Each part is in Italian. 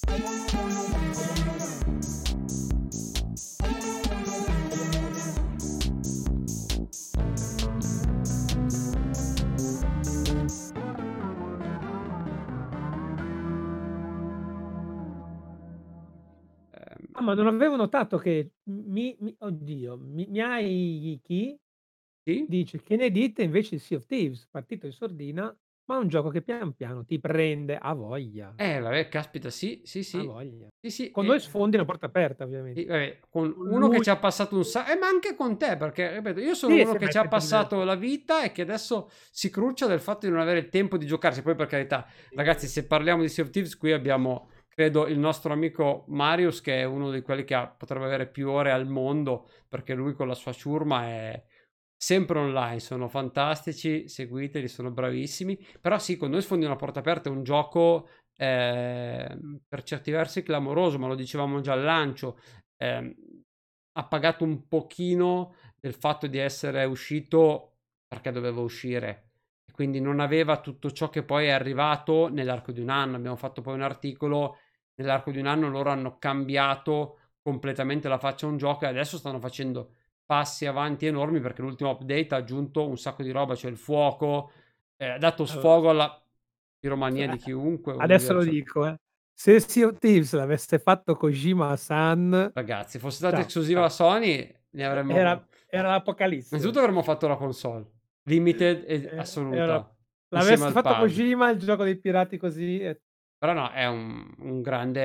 Ah, ma non avevo notato che oddio, Miai Sì? dice: "Che ne dite invece di Sea of Thieves? Partito in sordina, ma un gioco che pian piano ti prende." Ha voglia, Vabbè, caspita, sì, sì, ha sì. voglia. Sì, sì, Con noi sfondi una porta aperta ovviamente. vabbè, con Con uno che lui ci ha passato un sa ma anche con te, perché ripeto, io sono sì, uno sì, che ma è ci ha sempre passato divertente. la vita e che adesso si cruccia del fatto di non avere il tempo di giocarci. Poi per carità, ragazzi, Sì. se parliamo di Sea of Thieves qui abbiamo, credo, il nostro amico Marius che è uno di quelli che potrebbe avere più ore al mondo, perché lui con la sua ciurma è sempre online, sono fantastici, seguiteli, sono bravissimi. Però sì, con noi sfondi una porta aperta, è un gioco, per certi versi clamoroso, ma lo dicevamo già al lancio. Ehm, ha pagato un pochino del fatto di essere uscito perché doveva uscire e quindi non aveva tutto ciò che poi è arrivato nell'arco di un anno. Abbiamo fatto poi un articolo, nell'arco di un anno loro hanno cambiato completamente la faccia a un gioco e adesso stanno facendo passi avanti enormi perché l'ultimo update ha aggiunto un sacco di roba, cioè il fuoco, ha dato Allora, sfogo alla piromania cioè, di chiunque, voglio adesso dire, lo cioè dico, se Sea of Thieves l'avesse fatto Kojima-san, ragazzi, fosse stata ciao, esclusiva a ciao. Sony ne avremmo Era l'apocalisse. innanzitutto avremmo fatto la console, limited e Era assoluta, insieme l'avesse al fatto pad. Kojima il gioco dei pirati così Però no, è un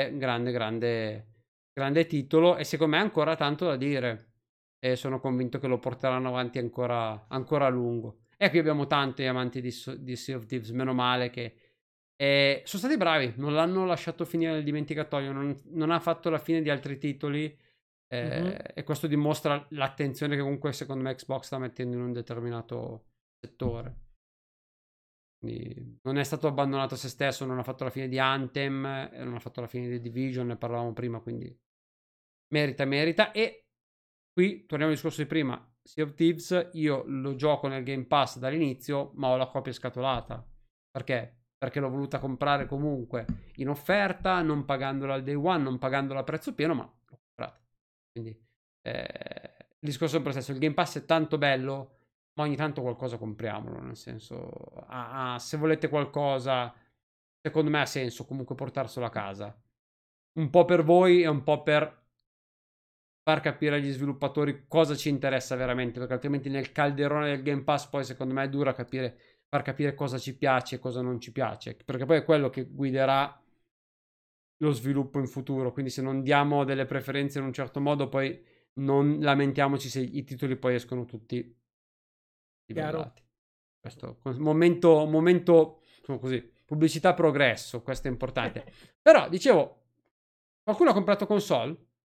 grande titolo e secondo me ha ancora tanto da dire e sono convinto che lo porteranno avanti ancora a lungo. E qui abbiamo tanti amanti di Sea of Thieves, meno male che son stati bravi, non l'hanno lasciato finire nel dimenticatoio, non ha fatto la fine di altri titoli, mh-mh, e questo dimostra l'attenzione che comunque secondo me Xbox sta mettendo in un determinato settore. Quindi non è stato abbandonato a se stesso, non ha fatto la fine di Anthem, e non ha fatto la fine di Division, ne parlavamo prima, quindi merita, merita. E qui torniamo al discorso di prima. Sea of Thieves io lo gioco nel Game Pass dall'inizio, ma ho la copia scatolata. Perché? Perché l'ho voluta comprare comunque in offerta, non pagandola al day one, non pagandola a prezzo pieno, ma l'ho comprata. Quindi il discorso è sempre lo stesso. Il Game Pass è tanto bello, ma ogni tanto qualcosa compriamolo. Nel senso, se volete qualcosa, secondo me ha senso comunque portarselo a casa. Un po' per voi e un po' per far capire agli sviluppatori cosa ci interessa veramente, perché altrimenti nel calderone del Game Pass poi secondo me è dura far capire cosa ci piace e cosa non ci piace, perché poi è quello che guiderà lo sviluppo in futuro. Quindi se non diamo delle preferenze in un certo modo, poi non lamentiamoci se i titoli poi escono tutti chiaro. livellati. Questo momento, diciamo così, pubblicità progresso, questo è importante. Però dicevo, qualcuno ha comprato console?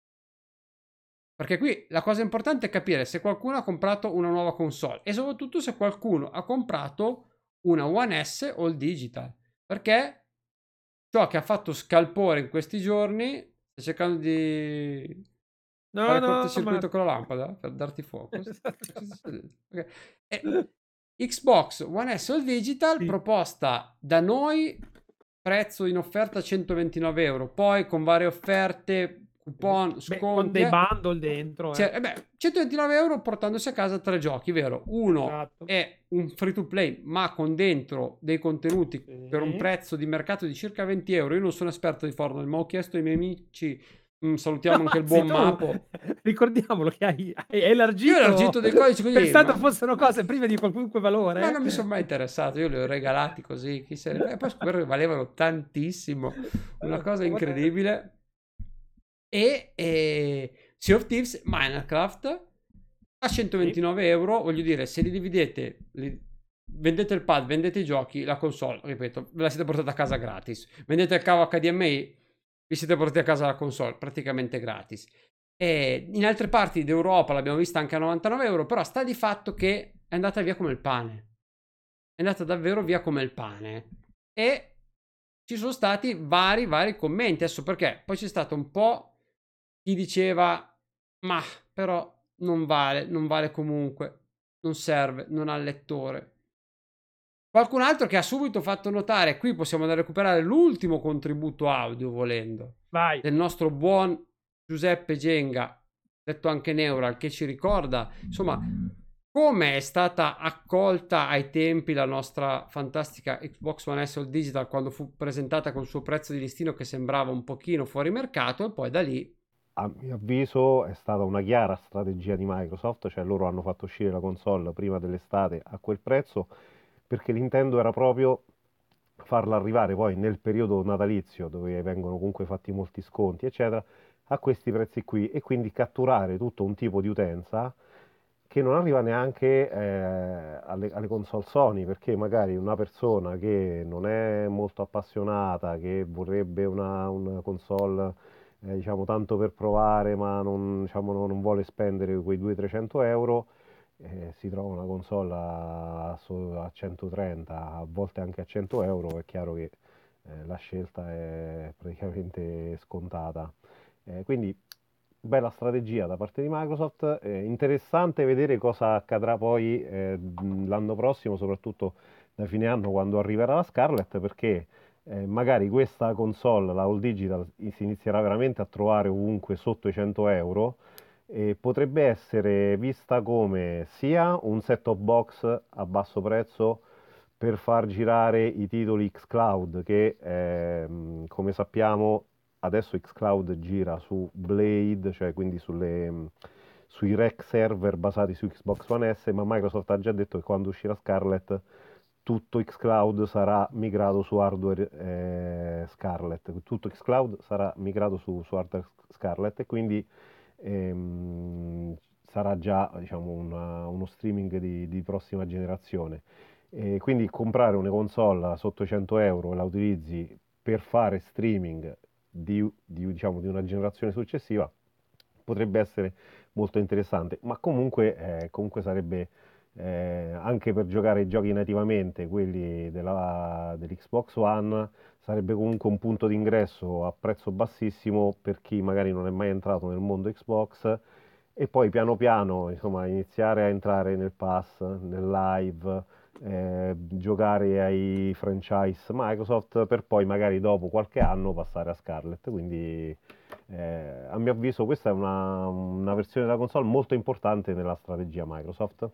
Perché qui la cosa importante è capire se qualcuno ha comprato una nuova console e soprattutto se qualcuno ha comprato una One S o il digital. Perché ciò che ha fatto scalpore in questi giorni sta cercando di No, fare no, ma cortocircuito con la lampada per darti fuoco. Cosa sta dicendo? Ok. Xbox One S o il digital sì, proposta da noi, prezzo in offerta 129 euro, poi con varie offerte, sì. coupon, Beh, con sconti, dei bundle dentro, cioè, 129 euro portandosi a casa tre giochi, vero? Uno esatto. è un free to play, ma con dentro dei contenuti per un Sì. prezzo di mercato di circa 20 euro. Io non sono esperto di Fortnite, ma ho chiesto ai miei amici, No, salutiamo anche il anzi buon tu Mapo. ricordiamolo che hai Io ho elargito elargito dei codici così, pensando ma fossero cose prive di qualunque ma valore, non mi son mai interessato, io li ho regalati così, chi se ne frega. E poi ho scoperto che valevano tantissimo, una cosa incredibile. Sea of Thieves, Minecraft a sì, 129 euro, voglio dire, se li dividete, vendete il pad, vendete i giochi, la console, ripeto, ve la siete portata a casa gratis. Vendete il cavo HDMI, vi siete portati a casa la console, praticamente gratis. E in altre parti d'Europa l'abbiamo vista anche a 99 euro, però sta di fatto che è andata via come il pane. È andata davvero via come il pane. E ci sono stati vari commenti. Adesso perché? Poi c'è stato un po' chi diceva, ma però non vale comunque, non serve, non ha il lettore. Qualcun altro che ha subito fatto notare, qui possiamo andare a recuperare l'ultimo contributo audio volendo, Vai. del nostro buon Giuseppe Genga, detto anche Neural, che ci ricorda, insomma, come è stata accolta ai tempi la nostra fantastica Xbox One S All Digital quando fu presentata col suo prezzo di listino che sembrava un pochino fuori mercato, e poi da lì A mio avviso è stata una chiara strategia di Microsoft, cioè loro hanno fatto uscire la console prima dell'estate a quel prezzo perché l'intento era proprio farla arrivare poi nel periodo natalizio dove vengono comunque fatti molti sconti, eccetera, a questi prezzi qui e quindi catturare tutto un tipo di utenza che non arriva neanche alle console Sony, perché magari una persona che non è molto appassionata, che vorrebbe una console diciamo tanto per provare, ma non, diciamo, non vuole spendere quei 200-300 euro, si trova una console a 130, a volte anche a 100 euro, è chiaro che la scelta è praticamente scontata. Quindi bella strategia da parte di Microsoft, interessante vedere cosa accadrà poi l'anno prossimo, soprattutto da fine anno quando arriverà la Scarlett, perché magari questa console, la All Digital, si inizierà veramente a trovare ovunque sotto i 100 euro e potrebbe essere vista come sia un set-top box a basso prezzo per far girare i titoli xCloud che come sappiamo adesso xCloud gira su Blade, cioè quindi sui rack server basati su Xbox One S, ma Microsoft ha già detto che quando uscirà Scarlett tutto xCloud sarà migrato su hardware Scarlett, tutto xCloud sarà migrato su hardware Scarlett e quindi sarà già diciamo, uno streaming di prossima generazione. E quindi comprare una console sotto i 100 euro e la utilizzi per fare streaming diciamo, di una generazione successiva potrebbe essere molto interessante, ma comunque sarebbe anche per giocare i giochi nativamente, quelli dell'Xbox One, sarebbe comunque un punto d'ingresso a prezzo bassissimo per chi magari non è mai entrato nel mondo Xbox e poi piano piano, insomma, iniziare a entrare nel pass, nel live, giocare ai franchise Microsoft per poi magari dopo qualche anno passare a Scarlett. Quindi a mio avviso questa è una versione della console molto importante nella strategia Microsoft.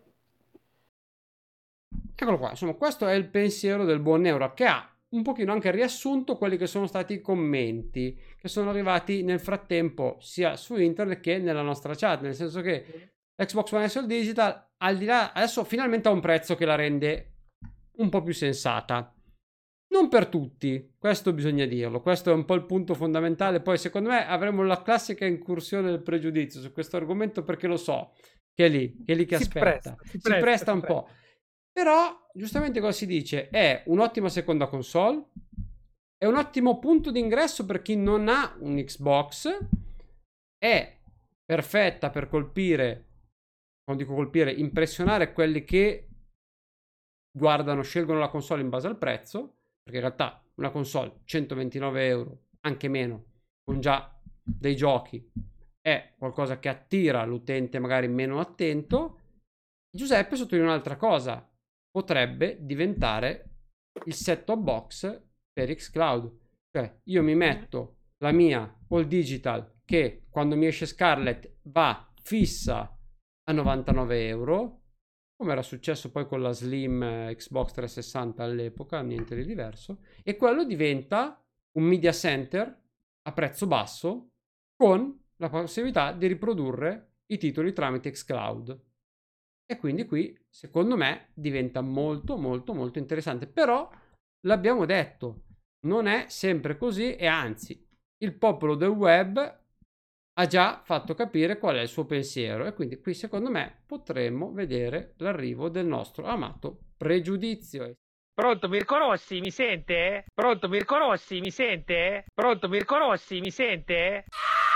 eccolo qua, insomma, questo è il pensiero del buon Neura che ha un pochino anche riassunto quelli che sono stati i commenti che sono arrivati nel frattempo sia su internet che nella nostra chat, nel senso che Xbox One S Digital al di là adesso finalmente ha un prezzo che la rende un po' più sensata. Non per tutti, questo bisogna dirlo, questo è un po' il punto fondamentale. Poi secondo me avremo la classica incursione del pregiudizio su questo argomento perché lo so che è lì che Si aspetta, presta, si si presta, presta si un presta. po'. Però, giustamente cosa si dice, è un'ottima seconda console, è un ottimo punto d'ingresso per chi non ha un Xbox, è perfetta per colpire, quando dico colpire, impressionare quelli che guardano, scelgono la console in base al prezzo, perché in realtà una console 129 euro, anche meno, con già dei giochi, è qualcosa che attira l'utente magari meno attento. Giuseppe sottolinea un'altra cosa, potrebbe diventare il set-top box per xCloud. Cioè, io mi metto la mia All Digital che quando mi esce Scarlett va fissa a 99 euro, come era successo poi con la Slim Xbox 360 all'epoca, niente di diverso, e quello diventa un media center a prezzo basso con la possibilità di riprodurre i titoli tramite xCloud. E quindi qui, secondo me, diventa molto molto molto interessante. Però, l'abbiamo detto, non è sempre così e anzi, il popolo del web ha già fatto capire qual è il suo pensiero e quindi qui secondo me potremmo vedere l'arrivo del nostro amato pregiudizio. Pronto Mirko Rossi, mi sente? Pronto Mirko Rossi, mi sente? Pronto Mirko Rossi, mi sente?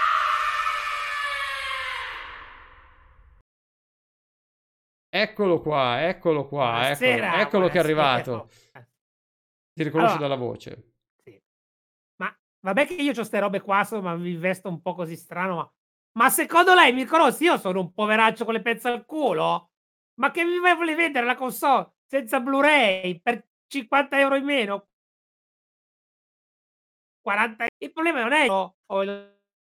Eccolo qua, Buonasera, eccolo che è buonasera. arrivato. Si riconosce Allora, dalla voce. sì. Ma vabbè che io c'ho ste robe qua, insomma, mi vesto un po' così strano, ma secondo lei, Mirko Rossi, io sono un poveraccio con le pezze al culo? Ma che mi vuole vendere la console senza Blu-ray? 50 € in meno, 40, il problema non è o il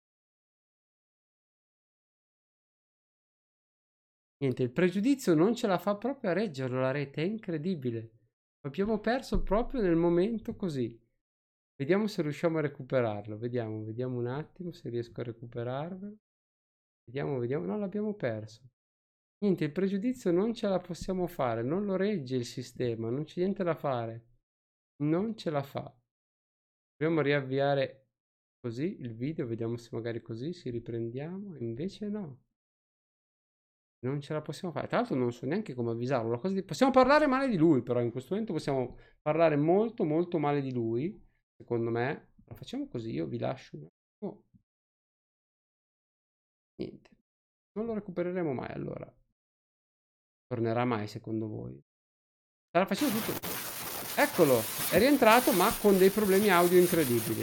Niente, il pregiudizio non ce la fa proprio a reggerlo la rete, è incredibile. Abbiamo perso proprio nel momento così. Vediamo se riusciamo a recuperarlo. Vediamo un attimo se riesco a recuperarvelo. Vediamo. No, l'abbiamo perso. Niente, il pregiudizio non ce la possiamo fare, non lo regge il sistema, non c'è niente da fare. Non ce la fa. Dobbiamo riavviare così il video, vediamo se magari così si riprendiamo. Invece no. Non ce la possiamo fare. Tra l'altro non so neanche come avvisarlo. Possiamo parlare male di lui, però in questo momento possiamo parlare molto molto male di lui. Secondo me. La facciamo così, io vi lascio un attimo. Niente. Non lo recupereremo mai allora. Tornerà mai secondo voi? Starà facendo tutto. Eccolo, è rientrato ma con dei problemi audio incredibili.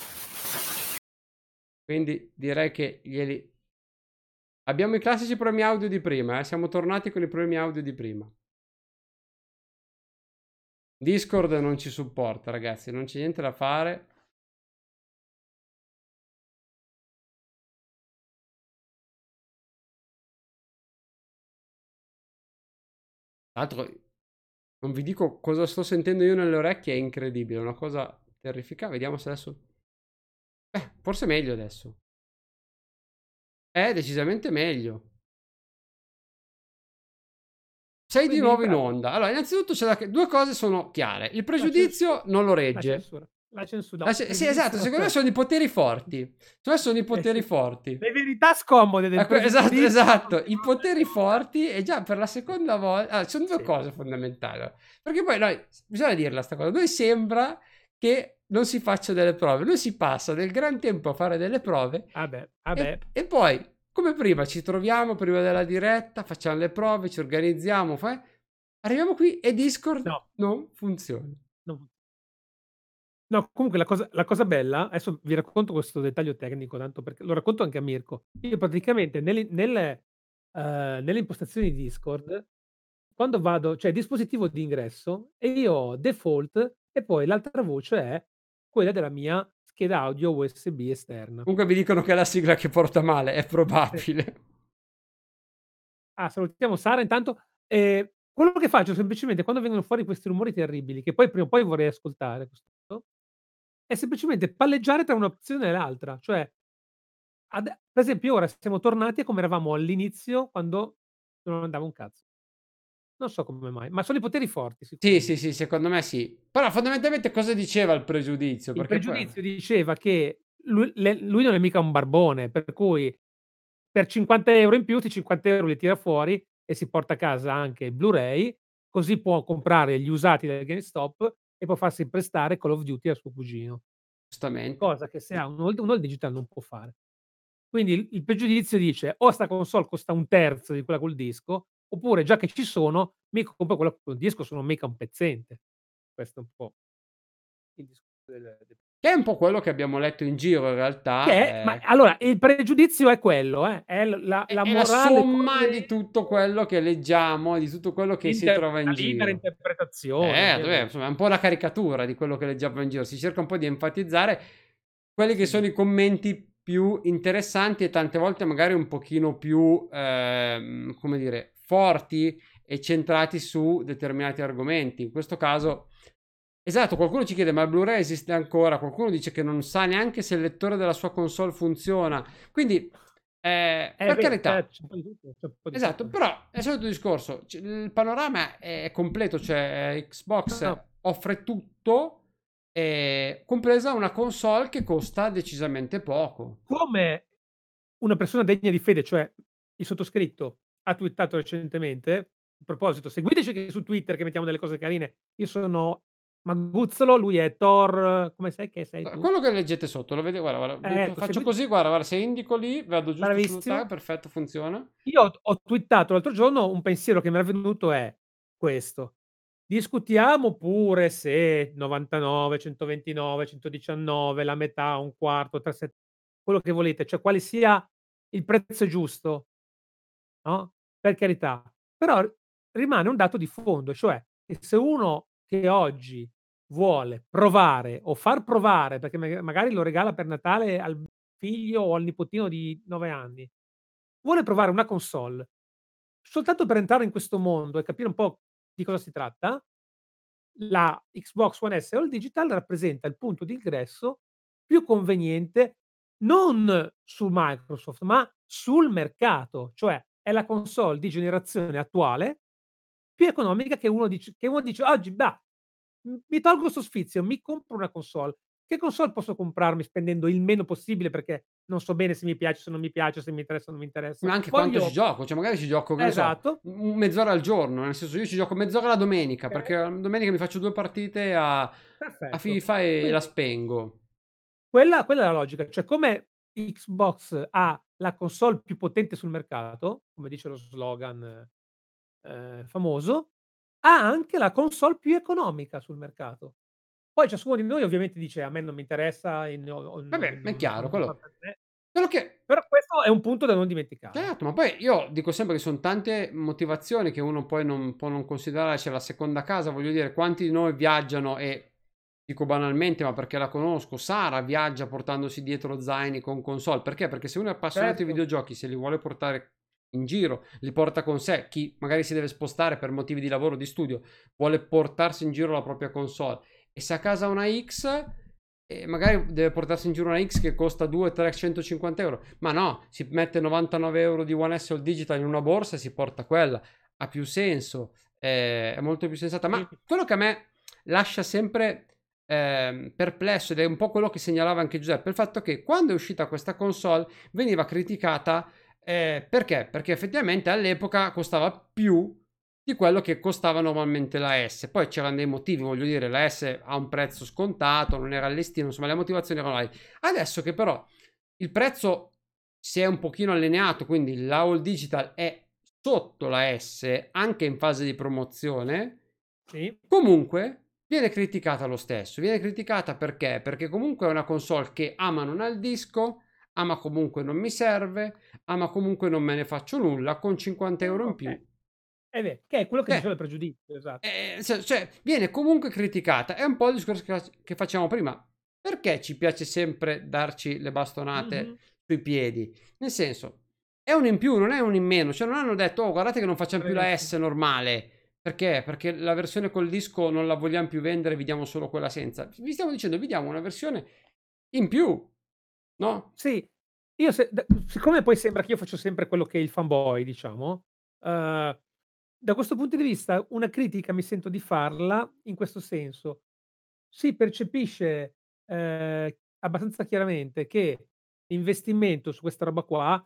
Quindi direi che glieli... Abbiamo i classici problemi audio di prima, siamo tornati con i problemi audio di prima. Discord non ci supporta, ragazzi, non c'è niente da fare. Tra l'altro, non vi dico cosa sto sentendo io nelle orecchie, è incredibile, è una cosa terrificante. Vediamo se adesso... forse meglio adesso. È decisamente meglio. Sei di quindi nuovo in bravo. onda. Allora, innanzitutto due cose sono chiare. Il pregiudizio non lo La regge. censura. La censura. No, Sì, pregiudizio esatto, no, secondo me sono i poteri forti. Secondo me sono i poteri sì. forti. Le verità scomode del Esatto, pregiudizio esatto. sono I poteri forti e già per la seconda volta... sono due sì. cose fondamentali. Perché poi noi, bisogna dirla sta cosa, noi sembra che non si faccia delle prove. Lui si passa del gran tempo a fare delle prove e poi, come prima, ci troviamo prima della diretta, facciamo le prove, ci organizziamo, arriviamo qui e Discord No, non funziona. no. No, comunque la cosa bella, adesso vi racconto questo dettaglio tecnico, tanto perché lo racconto anche a Mirko. Io praticamente nelle impostazioni di Discord, quando vado cioè dispositivo di ingresso e io ho default e poi l'altra voce è quella della mia scheda audio USB esterna. Comunque mi dicono che è la sigla che porta male, è Sì. probabile. Salutiamo Sara intanto. Quello che faccio semplicemente quando vengono fuori questi rumori terribili, che poi prima o poi vorrei ascoltare questo, è semplicemente palleggiare tra un'opzione e l'altra. Cioè per esempio ora siamo tornati a come eravamo all'inizio quando non andava un cazzo. Non so come mai, ma sono i poteri forti Sì, sicuramente. sì, sì, secondo me sì. Però fondamentalmente cosa diceva il pregiudizio? Il Perché poi... pregiudizio diceva che lui non è mica un barbone, per cui per 50 € in più, sti 50 € li tira fuori e si porta a casa anche il Blu-ray, così può comprare gli usati del GameStop e può farsi prestare Call of Duty a suo cugino, Giustamente. cosa che se ha uno il digital non può fare. Quindi il pregiudizio dice: o sta console costa un terzo di quella col disco, oppure già che ci sono, mi compro quella col disco, sono mica un pezzente. Questo è un po' il discorso del Che è un po' quello che abbiamo letto in giro in che realtà. è ma allora il pregiudizio è quello, è la È la morale somma di tutto corrente, quello che leggiamo, di tutto quello che si trova in la libera giro. interpretazione, Vabbè, ovviamente. insomma, è un po' la caricatura di quello che leggiamo in giro. Si cerca un po' di enfatizzare quelli che Sì, sono i commenti più interessanti e tante volte magari un pochino più, come dire, forti e centrati su determinati argomenti. In questo caso, esatto, qualcuno ci chiede: ma il Blu-ray esiste ancora? Qualcuno dice che non sa neanche se il lettore della sua console funziona. Quindi, per beh, carità, c'è un po' di tutto, c'è un po' di esatto, tutto. però è il solito discorso. Il panorama è completo, cioè Xbox No, offre tutto, compresa una console che costa decisamente poco. come una persona degna di fede, cioè il sottoscritto, ha twittato recentemente, a proposito seguiteci anche su Twitter che mettiamo delle cose carine. Io sono Maguzzolo, lui è Thor come sei che sei tu? Quello che leggete sotto, lo vedete, guarda, Ecco, faccio così, guarda, se indico lì, vado giusto sul tag, bravissimo. perfetto, funziona. Io ho twittato l'altro giorno un pensiero che m'era venuto è questo: discutiamo pure se 99, 129, 119, la metà, un quarto, quello che volete, cioè quale sia il prezzo giusto, no, per carità. Però rimane un dato di fondo, cioè che se uno che oggi vuole provare o far provare, perché magari lo regala per Natale al figlio o al nipotino di 9 anni, vuole provare una console soltanto per entrare in questo mondo e capire un po' di cosa si tratta, la Xbox One S All Digital rappresenta il punto d'ingresso più conveniente non su Microsoft, ma sul mercato, cioè è la console di generazione attuale più economica che uno dice: "Oggi mi tolgo 'sto sfizio, mi compro una console. Che console posso comprarmi spendendo il meno possibile perché non so bene se mi piace, se non mi piace, se mi interessa o non mi Ma interessa. anche quanto ci Voglio" gioco, cioè magari ci gioco, che ne so, esatto, mezz'ora al giorno, nel senso io ci gioco mezz'ora la domenica, okay, perché la domenica mi faccio 2 partite a perfetto. FIFA e la Quindi spengo. quella è la logica, cioè come Xbox ha la console più potente sul mercato, come dice lo slogan, famoso, ha anche la console più economica sul mercato. Poi ciascuno di noi ovviamente dice: "A me non mi interessa e Vabbè, è chiaro, non fa quello per me", quello che però questo è un punto da non dimenticare. certo, ma poi io dico sempre che son tante motivazioni che uno poi non può non considerare, c'è la seconda casa, voglio dire, quanti di noi viaggiano e dico banalmente, ma perché la conosco, Sara viaggia portandosi dietro zaini con console, perché? Perché se uno è appassionato di Certo, videogiochi, se li vuole portare in giro, li porta con sé, chi magari si deve spostare per motivi di lavoro, di studio, vuole portarsi in giro la propria console e se a casa ha una X e magari deve portarsi in giro una X che costa 2, 3, 150 euro. Ma no, si mette 99 euro di One S All Digital in una borsa e si porta quella. Ha più senso, è molto più sensata. sì, Ma quello che a me lascia sempre perplesso ed è un po' quello che segnalava anche Giuseppe, il fatto che quando è uscita questa console veniva criticata perché? Perché effettivamente all'epoca costava più di quello che costava normalmente la S. Poi c'erano dei motivi, voglio dire, la S ha un prezzo scontato, non era all'estino, insomma le motivazioni erano varie. Adesso che però il prezzo si è un pochino allineato, quindi la All Digital è sotto la S anche in fase di promozione, sì, comunque viene criticata lo stesso. Viene criticata perché? Perché comunque è una console che ama non ha il disco, ama comunque non mi serve, ama comunque non me ne faccio nulla, con 50 euro in okay. più. Che è quello che Cioè, diceva il pregiudizio, esatto. cioè, viene comunque criticata. È un po' il discorso che facciamo prima. Perché ci piace sempre darci le Mh-mh. bastonate sui piedi? Nel senso, è un in più, non è un in meno. Cioè, non hanno detto, oh, guardate che non facciamo più la S Bravissimo. normale. Perché? Perché la versione col disco non la vogliamo più vendere, vi diamo solo quella senza. Vi stiamo dicendo, vi diamo una versione in più, no? Sì, io siccome poi sembra che io faccio sempre quello che è il fanboy diciamo, uhm, da questo punto di vista una critica mi sento di farla in questo senso: si percepisce, abbastanza chiaramente che l'investimento su questa roba qua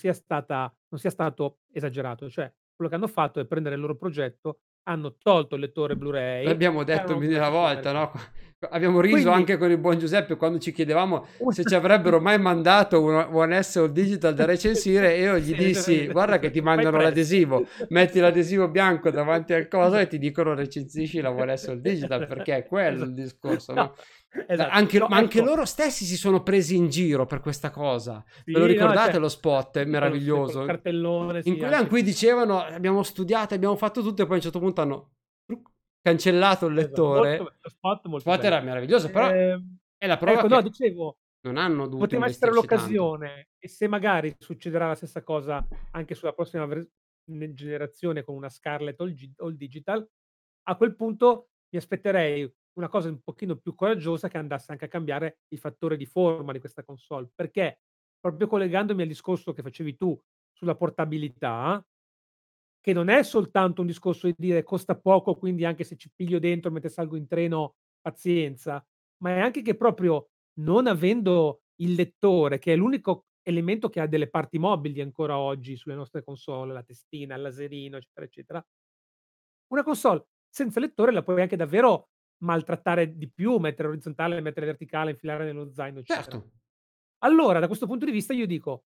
non sia stato esagerato, cioè quello che hanno fatto è prendere il loro progetto, hanno tolto il lettore Blu-ray L'abbiamo e detto l'hanno mille una buttato sul volta, mercato. no, abbiamo riso Quindi anche con il buon Giuseppe quando ci chiedevamo un se ci avrebbero mai mandato una One S o Digital da recensire e io gli sì, dissi: "Guarda che ti fai mandano presto. l'adesivo, metti l'adesivo bianco davanti al coso e ti dicono recensisci la One S o il Digital", perché è quello il discorso, No, no, esatto. No, ma anche ecco, loro stessi si sono presi in giro per questa cosa. Ve lo sì, no, ricordate cioè, lo spot sì, col meraviglioso? cartellone, In sì, cui anche dicevano: "Abbiamo studiato, abbiamo fatto tutto" e poi a un certo punto hanno cancellato il molto lettore. lo spot Lo molto spot bello. era meraviglioso, però è la prova Ecco, no, che dicevo, non hanno dovuto poteva essere investirci tanto. l'occasione e se magari succederà la stessa cosa anche sulla prossima generazione con una Scarlett All Digital, a quel punto mi aspetterei una cosa un pochino più coraggiosa che andasse anche a cambiare il fattore di forma di questa console, perché proprio collegandomi al discorso che facevi tu sulla portabilità, che non è soltanto un discorso di dire: "Costa poco, quindi anche se ci piglio dentro mentre salgo in treno, pazienza", ma è anche che proprio non avendo il lettore, che è l'unico elemento che ha delle parti mobili ancora oggi sulle nostre console, la testina, il laserino, eccetera, eccetera, una console senza lettore la puoi anche davvero maltrattare di più, mettere orizzontale, mettere verticale, infilare nello zaino, Certo. eccetera. Allora, da questo punto di vista io dico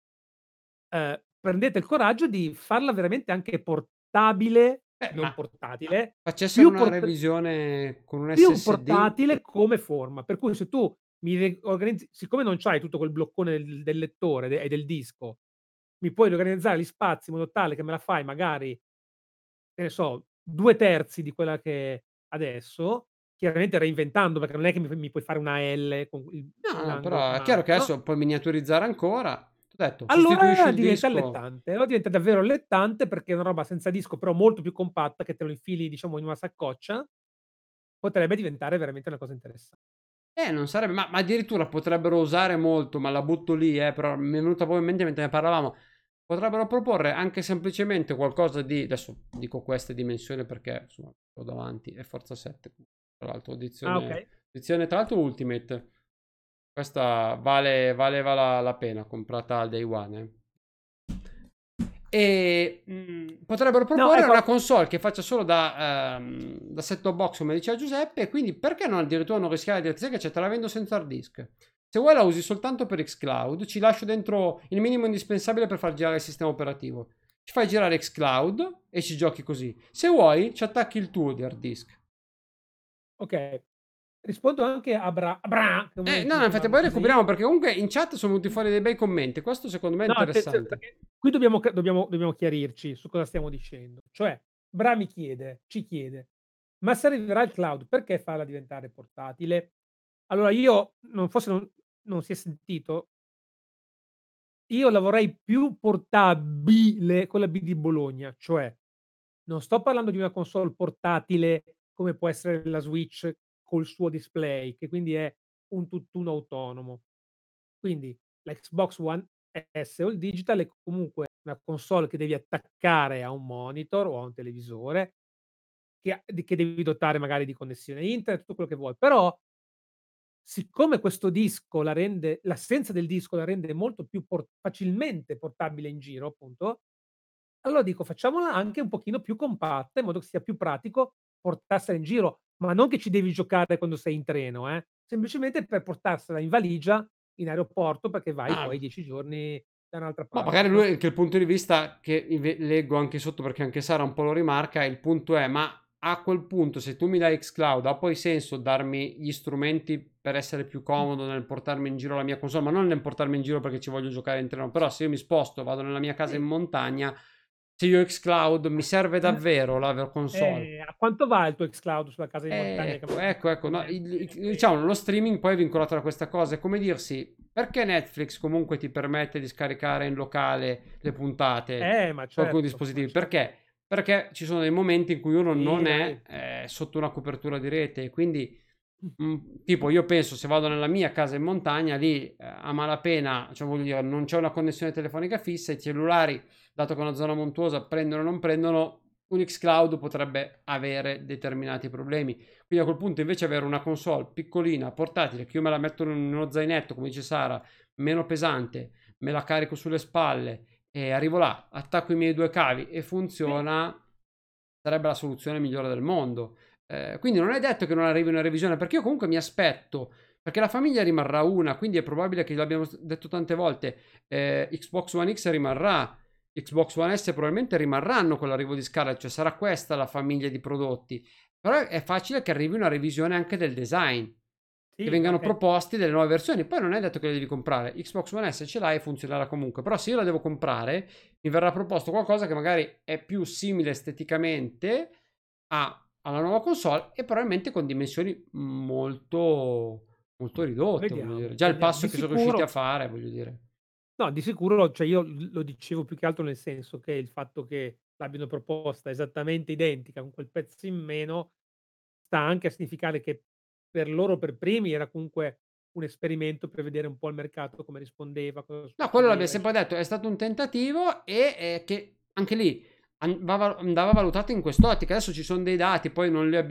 prendete il coraggio di farla veramente anche portabile, non Ma portatile, facessero più una port revisione con un più SSD portatile come forma. Per cui se tu mi organizzi, siccome non c'hai tutto quel bloccone del lettore e del disco, mi puoi riorganizzare gli spazi in modo tale che me la fai magari, che ne so, 2/3 di quella che adesso, chiaramente reinventando, perché non è che mi puoi fare una L con il No, no, usando però un è chiaro che altro. adesso puoi miniaturizzare ancora. T'ho detto, sostituisci Allora il diventa disco. allettante, allora diventa davvero allettante perché è una roba senza disco, però molto più compatta che te lo infili, diciamo, in una saccoccia, potrebbe diventare veramente una cosa interessan Non sarebbe, ma addirittura potrebbero usare molto, ma la butto lì, però mi è venuta proprio in mente mentre ne parlavamo. Potrebbero proporre anche semplicemente qualcosa di, adesso dico queste dimensioni perché insomma ho davanti, è Forza 7, tra l'altro okay. edizione tra l'altro Ultimate. Questa valeva la pena, comprata al day one. E potrebbero No, proporre una ecco. console che faccia solo da set-top box, come diceva Giuseppe, e quindi perché non addirittura non rischiare di dire: "Sai che c'è, te la vendo senza hard disk. Se vuoi la usi soltanto per xCloud, ci lascio dentro il minimo indispensabile per far girare il sistema operativo. Ci fai girare xCloud e ci giochi così. Se vuoi, ci attacchi il tuo di hard disk." Okay. Rispondo anche a Bra, come No, no, infatti chiamarlo poi recuperiamo così. perché comunque in chat sono venuti fuori dei bei commenti. Questo secondo me è No, attenzione, interessante. perché qui dobbiamo chiarirci su cosa stiamo dicendo. Cioè, Bra ci chiede: "Ma se arriverà il cloud, perché farla diventare portatile?" Allora io non forse non si è sentito, io la vorrei più portabile con la B di Bologna, cioè non sto parlando di una console portatile come può essere la Switch col suo display, che quindi è un tutt'uno autonomo. Quindi la Xbox One S o il digital è comunque una console che devi attaccare a un monitor o a un televisore, che devi dotare magari di connessione internet, tutto quello che vuoi, però siccome questo disco l'assenza del disco la rende molto più facilmente portabile in giro, appunto, allora dico facciamola anche un pochino più compatta in modo che sia più pratico portarsela in giro, ma non che ci devi giocare quando sei in treno, semplicemente per portarsela in valigia in aeroporto perché vai Ah, poi 10 giorni da un'altra ma parte, magari no? lui anche il punto di vista che leggo anche sotto perché anche Sara un po' lo rimarca, il punto è, ma a quel punto se tu mi dai xCloud ha poi senso darmi gli strumenti per essere più Mh, comodo nel portarmi in giro la mia console, ma non nel portarmi in giro perché ci voglio giocare in treno, però se io mi sposto, vado nella mia casa in sì. montagna, se io ho xCloud mi serve N davvero la console. A quanto va il tuo xCloud sulla casa in montagna che Ecco, magari ecco, costa ecco, no, meno meno che diciamo, lo streaming poi è vincolato da questa cosa, è come dirsi, perché Netflix comunque ti permette di scaricare in locale le puntate ma su alcuni certo, ma dispositivi? certo. Perché? Perché ci sono dei momenti in cui uno Sì non dai. è sotto una copertura di rete, e quindi Mh, tipo io penso se vado nella mia casa in montagna lì a malapena, cioè voglio dire, non c'è una connessione telefonica fissa, i cellulari, dato che è una zona montuosa, prendono o non prendono, un xCloud potrebbe avere determinati problemi. Quindi a quel punto invece avere una console piccolina, portatile, che io me la metto in uno zainetto, come dice Sara, meno pesante, me la carico sulle spalle e arrivo là, attacco i miei due cavi e sì, funziona, sarebbe la soluzione migliore del mondo. Quindi non è detto che non arrivi una revisione, perché io comunque mi aspetto, perché la famiglia rimarrà una, quindi è probabile che l'abbiamo detto tante volte, Xbox One X rimarrà, Xbox One S probabilmente rimarranno con l'arrivo di Scarlett, cioè sarà questa la famiglia di prodotti, però è facile che arrivi una revisione anche del design, che sì, vengano anche proposti delle nuove versioni, poi non è detto che le devi comprare, Xbox One S ce l'hai e funzionerà comunque, però se io la devo comprare mi verrà proposto qualcosa che magari è più simile esteticamente alla nuova console e probabilmente con dimensioni molto, molto ridotte, voglio dire. Già il vediamo. passo Di che sono riusciti a sicuro fare, voglio dire. no, di sicuro, cioè io lo dicevo più che altro nel senso che il fatto che l'abbiano proposta esattamente identica con quel pezzo in meno, sta anche a significare che per loro per primi era comunque un esperimento per vedere un po' il mercato come rispondeva, cosa No, quello l'abbiamo succedeva, sempre eccetera. detto, è stato un tentativo e che anche lì andava valutato in quest'ottica. Adesso ci sono dei dati, poi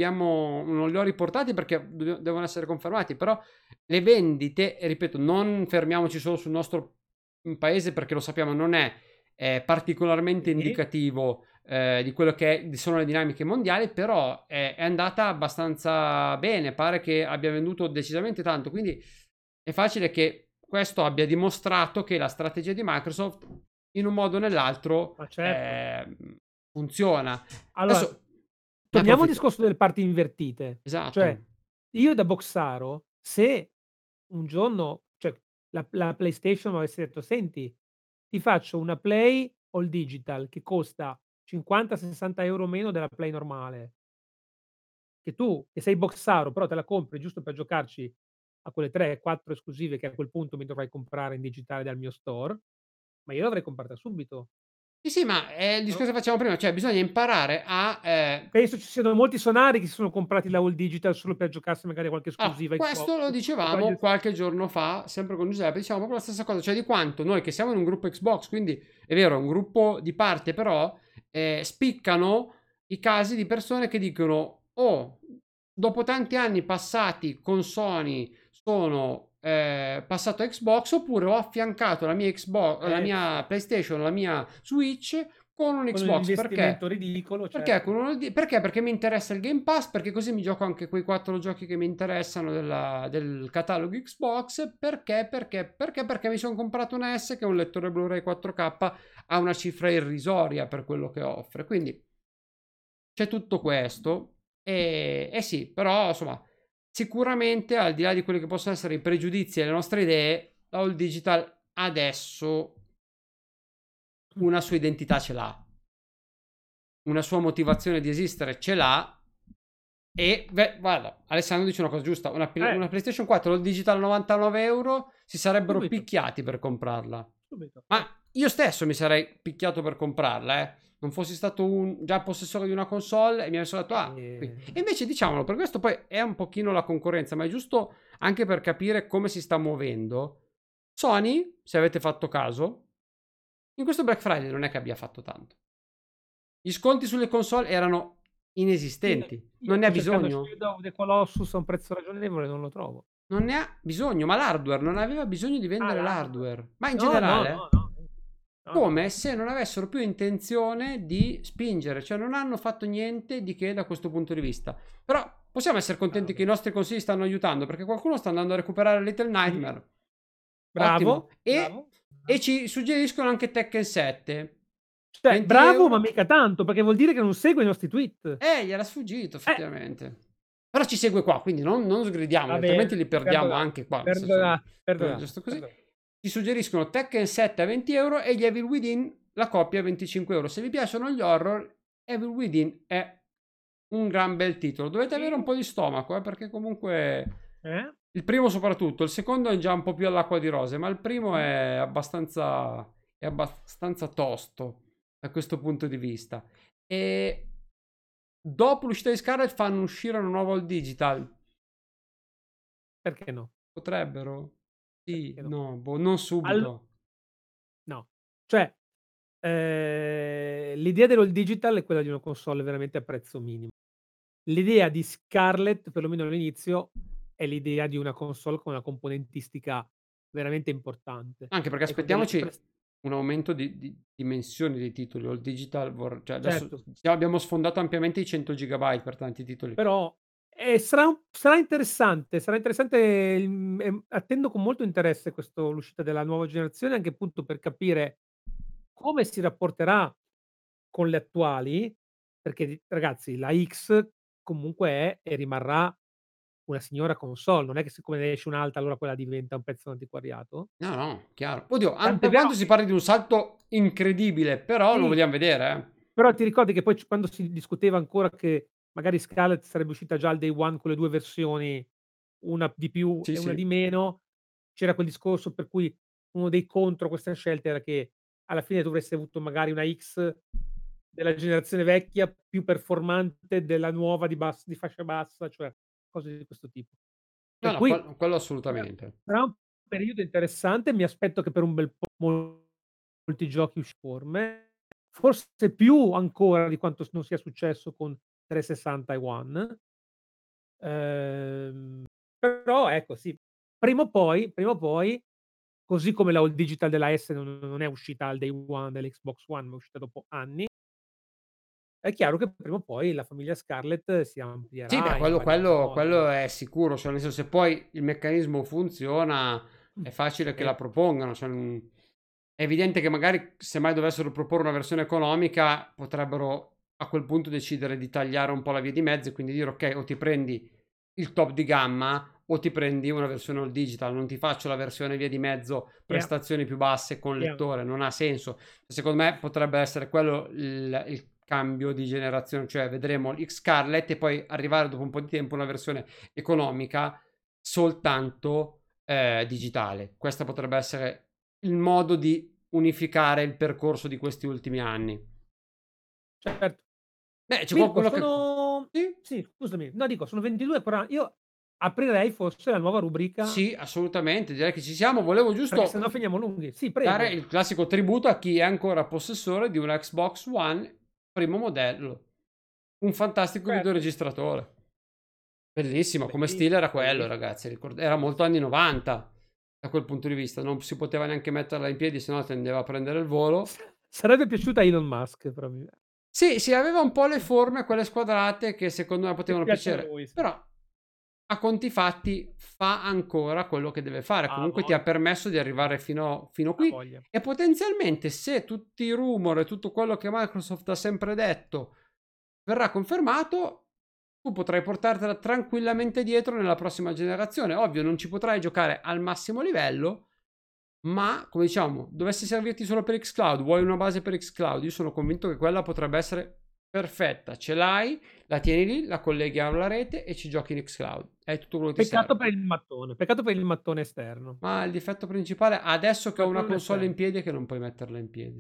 non li ho riportati perché devono essere confermati, però le vendite, e ripeto, non fermiamoci solo sul nostro paese perché lo sappiamo, non è particolarmente Sì, indicativo di quello che sono le dinamiche mondiali, però è andata abbastanza bene, pare che abbia venduto decisamente tanto, quindi è facile che questo abbia dimostrato che la strategia di Microsoft in un modo o nell'altro ma certo. funziona. Allora, Adesso ne torniamo al approfitto. discorso delle parti invertite. Cioè, Esatto. io da boxaro, se un giorno, cioè la PlayStation m'avesse detto: "Senti, ti faccio una Play all digital che costa 50, 60 € meno della Play normale." che tu che sei boxaro, però te la compri giusto per giocarci a quelle 3, 4 esclusive che a quel punto mi dovrai comprare in digitale dal mio store, ma io l'avrei comprata subito, Sì, sì, ma è il no? discorso che facevamo prima, cioè bisogna imparare a, Penso ci siano molti sonari che si sono comprati la all digital solo per giocarsi magari a qualche ah, esclusiva questo lo Xbox e dicevamo togliersi qualche giorno fa, sempre con Giuseppe, diciamo proprio la stessa cosa, cioè di quanto noi che siamo in un gruppo Xbox, quindi è vero, è un gruppo di parte, però spiccano i casi di persone che dicono, oh, dopo tanti anni passati con Sony sono passato a Xbox, oppure ho affiancato la mia Xbox, la sì, mia PlayStation, la mia Switch con un con un Xbox, perché? investimento ridicolo, Perché? certo. Perché? Perché mi interessa il Game Pass, perché così mi gioco anche quei 4 giochi che mi interessano del catalogo Xbox, perché mi sono comprato una S che è un lettore Blu-ray 4K a una cifra irrisoria per quello che offre. Quindi c'è tutto questo e sì, però insomma, sicuramente al di là di quelli che possono essere i pregiudizi e le nostre idee, la All Digital adesso una sua identità ce l'ha, una sua motivazione di esistere ce l'ha. E beh, guarda, Alessandro dice una cosa giusta: una PlayStation 4 al digital 99 € si sarebbero Subito, picchiati per comprarla. subito, Ma io stesso mi sarei picchiato per comprarla, eh. Non fossi stato già possessore di una console e mi avessero detto, ah, qui. E invece diciamolo, per questo poi è un pochino la concorrenza, ma è giusto anche per capire come si sta muovendo. Sony, se avete fatto caso, in questo Black Friday non è che abbia fatto tanto. Gli sconti sulle console erano Sì, inesistenti. io Non ne ha sto cercando bisogno? Shadow of the Colossus a un prezzo ragionevole, non lo trovo. Non ne ha bisogno, ma l'hardware non aveva bisogno di Ah, vendere l'hardware. l'hardware, ma in No, no, no, generale, no. No, no, come no. se non avessero più intenzione di spingere, cioè non hanno fatto niente di che da questo punto di vista. Però possiamo essere contenti che i Bravo. nostri consigli stanno aiutando, perché qualcuno sta andando a recuperare Little Sì, Nightmare. Ottimo. bravo, bravo, E bravo. ci suggeriscono anche Tekken 7. Cioè, 20 bravo, ma euro. mica tanto, perché vuol dire che non segue i nostri tweet. Gli era sfuggito Eh, effettivamente. Però ci segue qua, quindi non sgridiamoli, va altrimenti bene, li perdiamo perdonato, anche qua, nel senso, perdonato, perdonato, giusto così. perdonato. Ti suggeriscono Tekken 7 a 20 euro e gli Evil Within, la coppia a 25 euro. Se vi piacciono gli horror, Evil Within è un gran bel titolo. Dovete avere un Sì, po' di stomaco, perché comunque eh? il primo soprattutto, il secondo è già un po' più all'acqua di rose, ma il primo Mh. è abbastanza tosto da questo punto di vista. E dopo l'uscita di Scarlet fanno uscire una nuova all digital. Perché no? Potrebbero? Sì, Perché no? no, boh, non Allo subito. no. Cioè, l'idea dell'all digital è quella di una console veramente a prezzo minimo. L'idea di Scarlett, perlomeno all'inizio, è l'idea di una console con una componentistica veramente importante Anche perché e con delle aspettiamoci un aumento di dimensioni dei titoli. All digital, cioè adesso certo, già abbiamo sfondato ampiamente i 100 GB per tanti titoli. però, sarà interessante, attendo con molto interesse l'uscita della nuova generazione, anche appunto per capire come si rapporterà con le attuali, perché ragazzi la X comunque è e rimarrà una signora console, non è che siccome ne esce un'altra allora quella diventa un pezzo antiquariato. No, no, chiaro. Oddio, Tant'è per quanto vero si che parli di un salto incredibile, però lo sì, vogliamo vedere, eh. però ti ricordi che poi quando si discuteva ancora che magari Scarlett sarebbe uscita già al day one con le 2 versioni, una di più Sì, e una sì. di meno, c'era quel discorso per cui uno dei contro questa scelta era che alla fine tu avresti avuto magari una X della generazione vecchia più performante della nuova di fascia bassa, cioè cose di questo tipo. No, Per no, cui quello sarà assolutamente. sarà un periodo interessante, mi aspetto che per un bel po' molti giochi forme, forse più ancora di quanto non sia successo con 360 e One. Però ecco sì, prima o poi, così come la all digital della S non è uscita al day one dell'Xbox One, ma è uscita dopo anni, è chiaro che prima o poi la famiglia Scarlett si Sì, beh, amplierà in vari quello console. è sicuro, cioè nel senso se poi il meccanismo funziona è facile che la Sì, propongano, cioè, è evidente che magari se mai dovessero proporre una versione economica potrebbero a quel punto decidere di tagliare un po' la via di mezzo e quindi dire ok, o ti prendi il top di gamma o ti prendi una versione all digital, non ti faccio la versione via di mezzo, yeah, prestazioni più basse con yeah. lettore, non ha senso. Secondo me potrebbe essere quello il cambio di generazione, cioè vedremo l'X-Scarlett e poi arrivare dopo un po' di tempo una versione economica soltanto digitale. Questo potrebbe essere il modo di unificare il percorso di questi ultimi anni. Certo. Beh, c'è Mirko, qualcuno che... sono Sì? sì, scusami, no dico sono 22:40. Io aprirei forse la nuova rubrica, Sì, assolutamente, direi che ci siamo. Volevo perché se no giusto finiamo lunghi. Sì, dare prego. il classico tributo a chi è ancora possessore di una Xbox One primo modello. Un fantastico Certo. videoregistratore. Bellissimo, come stile Bellissimo, era quello, bellissi ragazzi. Era molto anni 90 da quel punto di vista. Non si poteva neanche metterla in piedi, se no tendeva a prendere il volo. sarebbe piaciuta a Elon Musk proprio. Sì, sì, aveva un po' le forme, quelle squadrate che secondo me Che potevano piace a piacere. lui, sì. Però, a conti fatti, fa ancora quello che deve fare. Ha Comunque ti ha voglia, permesso di arrivare fino ha qui. voglia. E potenzialmente, se tutti i rumor e tutto quello che Microsoft ha sempre detto verrà confermato, tu potrai portartela tranquillamente dietro nella prossima generazione. Ovvio, non ci potrai giocare al massimo livello, ma come diciamo, dovessi servirti solo per xCloud, vuoi una base per xCloud, io sono convinto che quella potrebbe essere perfetta. Ce l'hai, la tieni lì, la colleghi alla rete e ci giochi in xCloud. È tutto quello che ti Peccato serve. per il mattone, peccato per il mattone esterno. Ma il difetto principale, adesso che ho una Mattone console in esterno. piedi, è che non puoi metterla in piedi.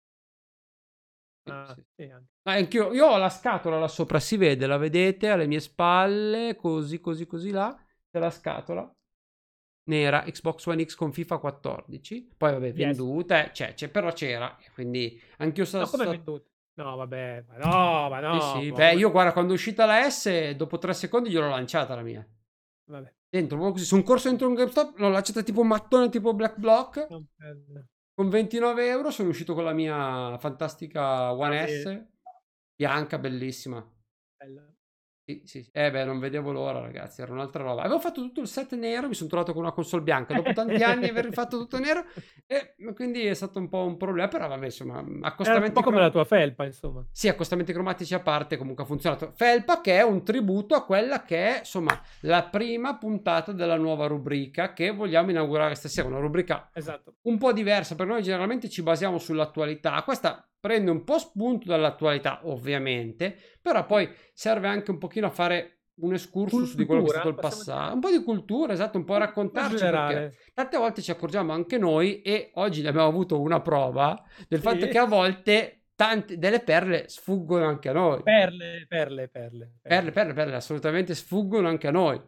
Sì, Ah, sì. sì anche. Ma anch'io, io ho la scatola là sopra, si vede, la vedete alle mie spalle, così, così, così là, c'è la scatola nera Xbox One X con FIFA 14, poi vabbè Yes. venduta, però c'era, quindi anch'io No, come venduti? No vabbè, ma sì, no, sì, ma beh come io guarda quando è uscita la S, dopo 3 secondi gliel'ho lanciata la mia, vabbè, dentro, proprio così, sono corso dentro un GameStop, l'ho lanciata tipo un mattone, tipo Black Block, non prende. con 29 € sono uscito con la mia fantastica Ah, One S, bianca, bellissima. bella. Sì, sì, sì. Beh, non vedevo l'ora, ragazzi, era un'altra roba. Avevo fatto tutto il set nero, mi sono trovato con una console bianca dopo tanti anni aver rifatto tutto nero e quindi è stato un po' un problema, però vabbè, insomma, Era un po' accostamenti come la tua felpa insomma. sì, accostamenti cromatici a parte, comunque ha funzionato. Felpa che è un tributo a quella che è, insomma, la prima puntata della nuova rubrica che vogliamo inaugurare stasera, una rubrica Esatto. un po' diversa, perché noi generalmente ci basiamo sull'attualità. Questa prende un po' spunto dall'attualità, ovviamente, però poi serve anche un pochino a fare un excursus di quello che è stato Cultura? il Possiamo passato, dire? un po' di cultura, esatto, un po' Cultura raccontarci perché generale. tante volte ci accorgiamo anche noi e oggi ne abbiamo avuto una prova del fatto Sì. che a volte tante delle perle sfuggono anche a noi. Perle, perle, perle, Perle, perle. perle, perle assolutamente sfuggono anche a noi.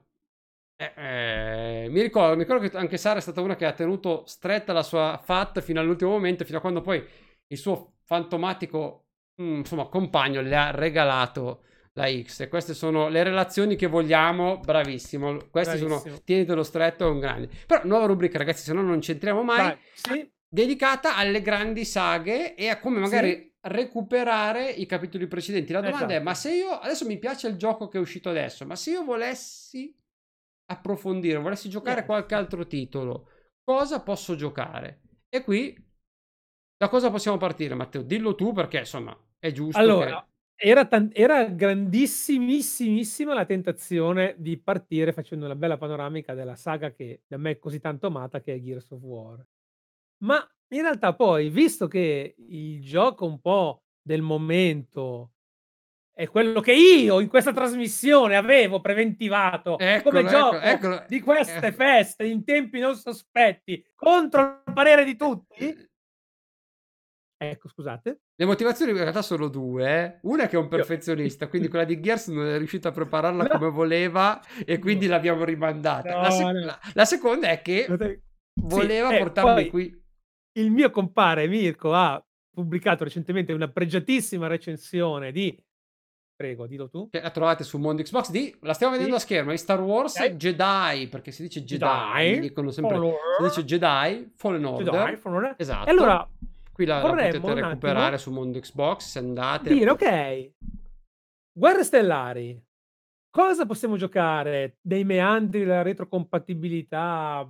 Mi ricordo che anche Sara è stata una che ha tenuto stretta la sua FAT fino all'ultimo momento, fino a quando poi il suo fantomatico, insomma, compagno le ha regalato la X. E queste sono le relazioni che vogliamo. Bravissimo. Questi sono, Bravissimo. tienitelo stretto, è un grande. Però, nuova rubrica, ragazzi, se no non c'entriamo mai. Vai, sì, Dedicata alle grandi saghe e a come sì, magari recuperare i capitoli precedenti. La domanda è: ma esatto. se io adesso mi piace il gioco che è uscito adesso, ma se io volessi approfondire, volessi giocare Yes. qualche altro titolo, cosa posso giocare? E qui da cosa possiamo partire, Matteo? Dillo tu perché insomma è giusto che Allora, era grandissimissima la tentazione di partire facendo una bella panoramica della saga che da me è così tanto amata, che è Gears of War. Ma in realtà poi, visto che il gioco un po' del momento è quello che io in questa trasmissione avevo preventivato come eccolo, eccolo, gioco eccolo. di queste feste in tempi non sospetti, contro il parere di tutti, ecco scusate, Le motivazioni in realtà sono due. Una è che è un io perfezionista, quindi quella di Gears non è riuscita a prepararla no, come voleva e quindi no, l'abbiamo rimandata. La, no, sec- no. la- la seconda è che Sì, voleva e portarmi poi qui. il mio compare Mirko ha pubblicato recentemente una pregiatissima recensione di prego dillo tu. Che la trovate su Mondo Xbox la stiamo vedendo a Sì, schermo, di Star Wars okay. Jedi, perché si dice Jedi, Jedi, dicono sempre, si Follower, dice Jedi, Fallen Jedi, Order, Follower e esatto, allora qui la potete vorremmo un recuperare attimo su Mondo Xbox se andate. dire: "Okay, Guerre Stellari, cosa possiamo giocare dei meandri della retrocompatibilità,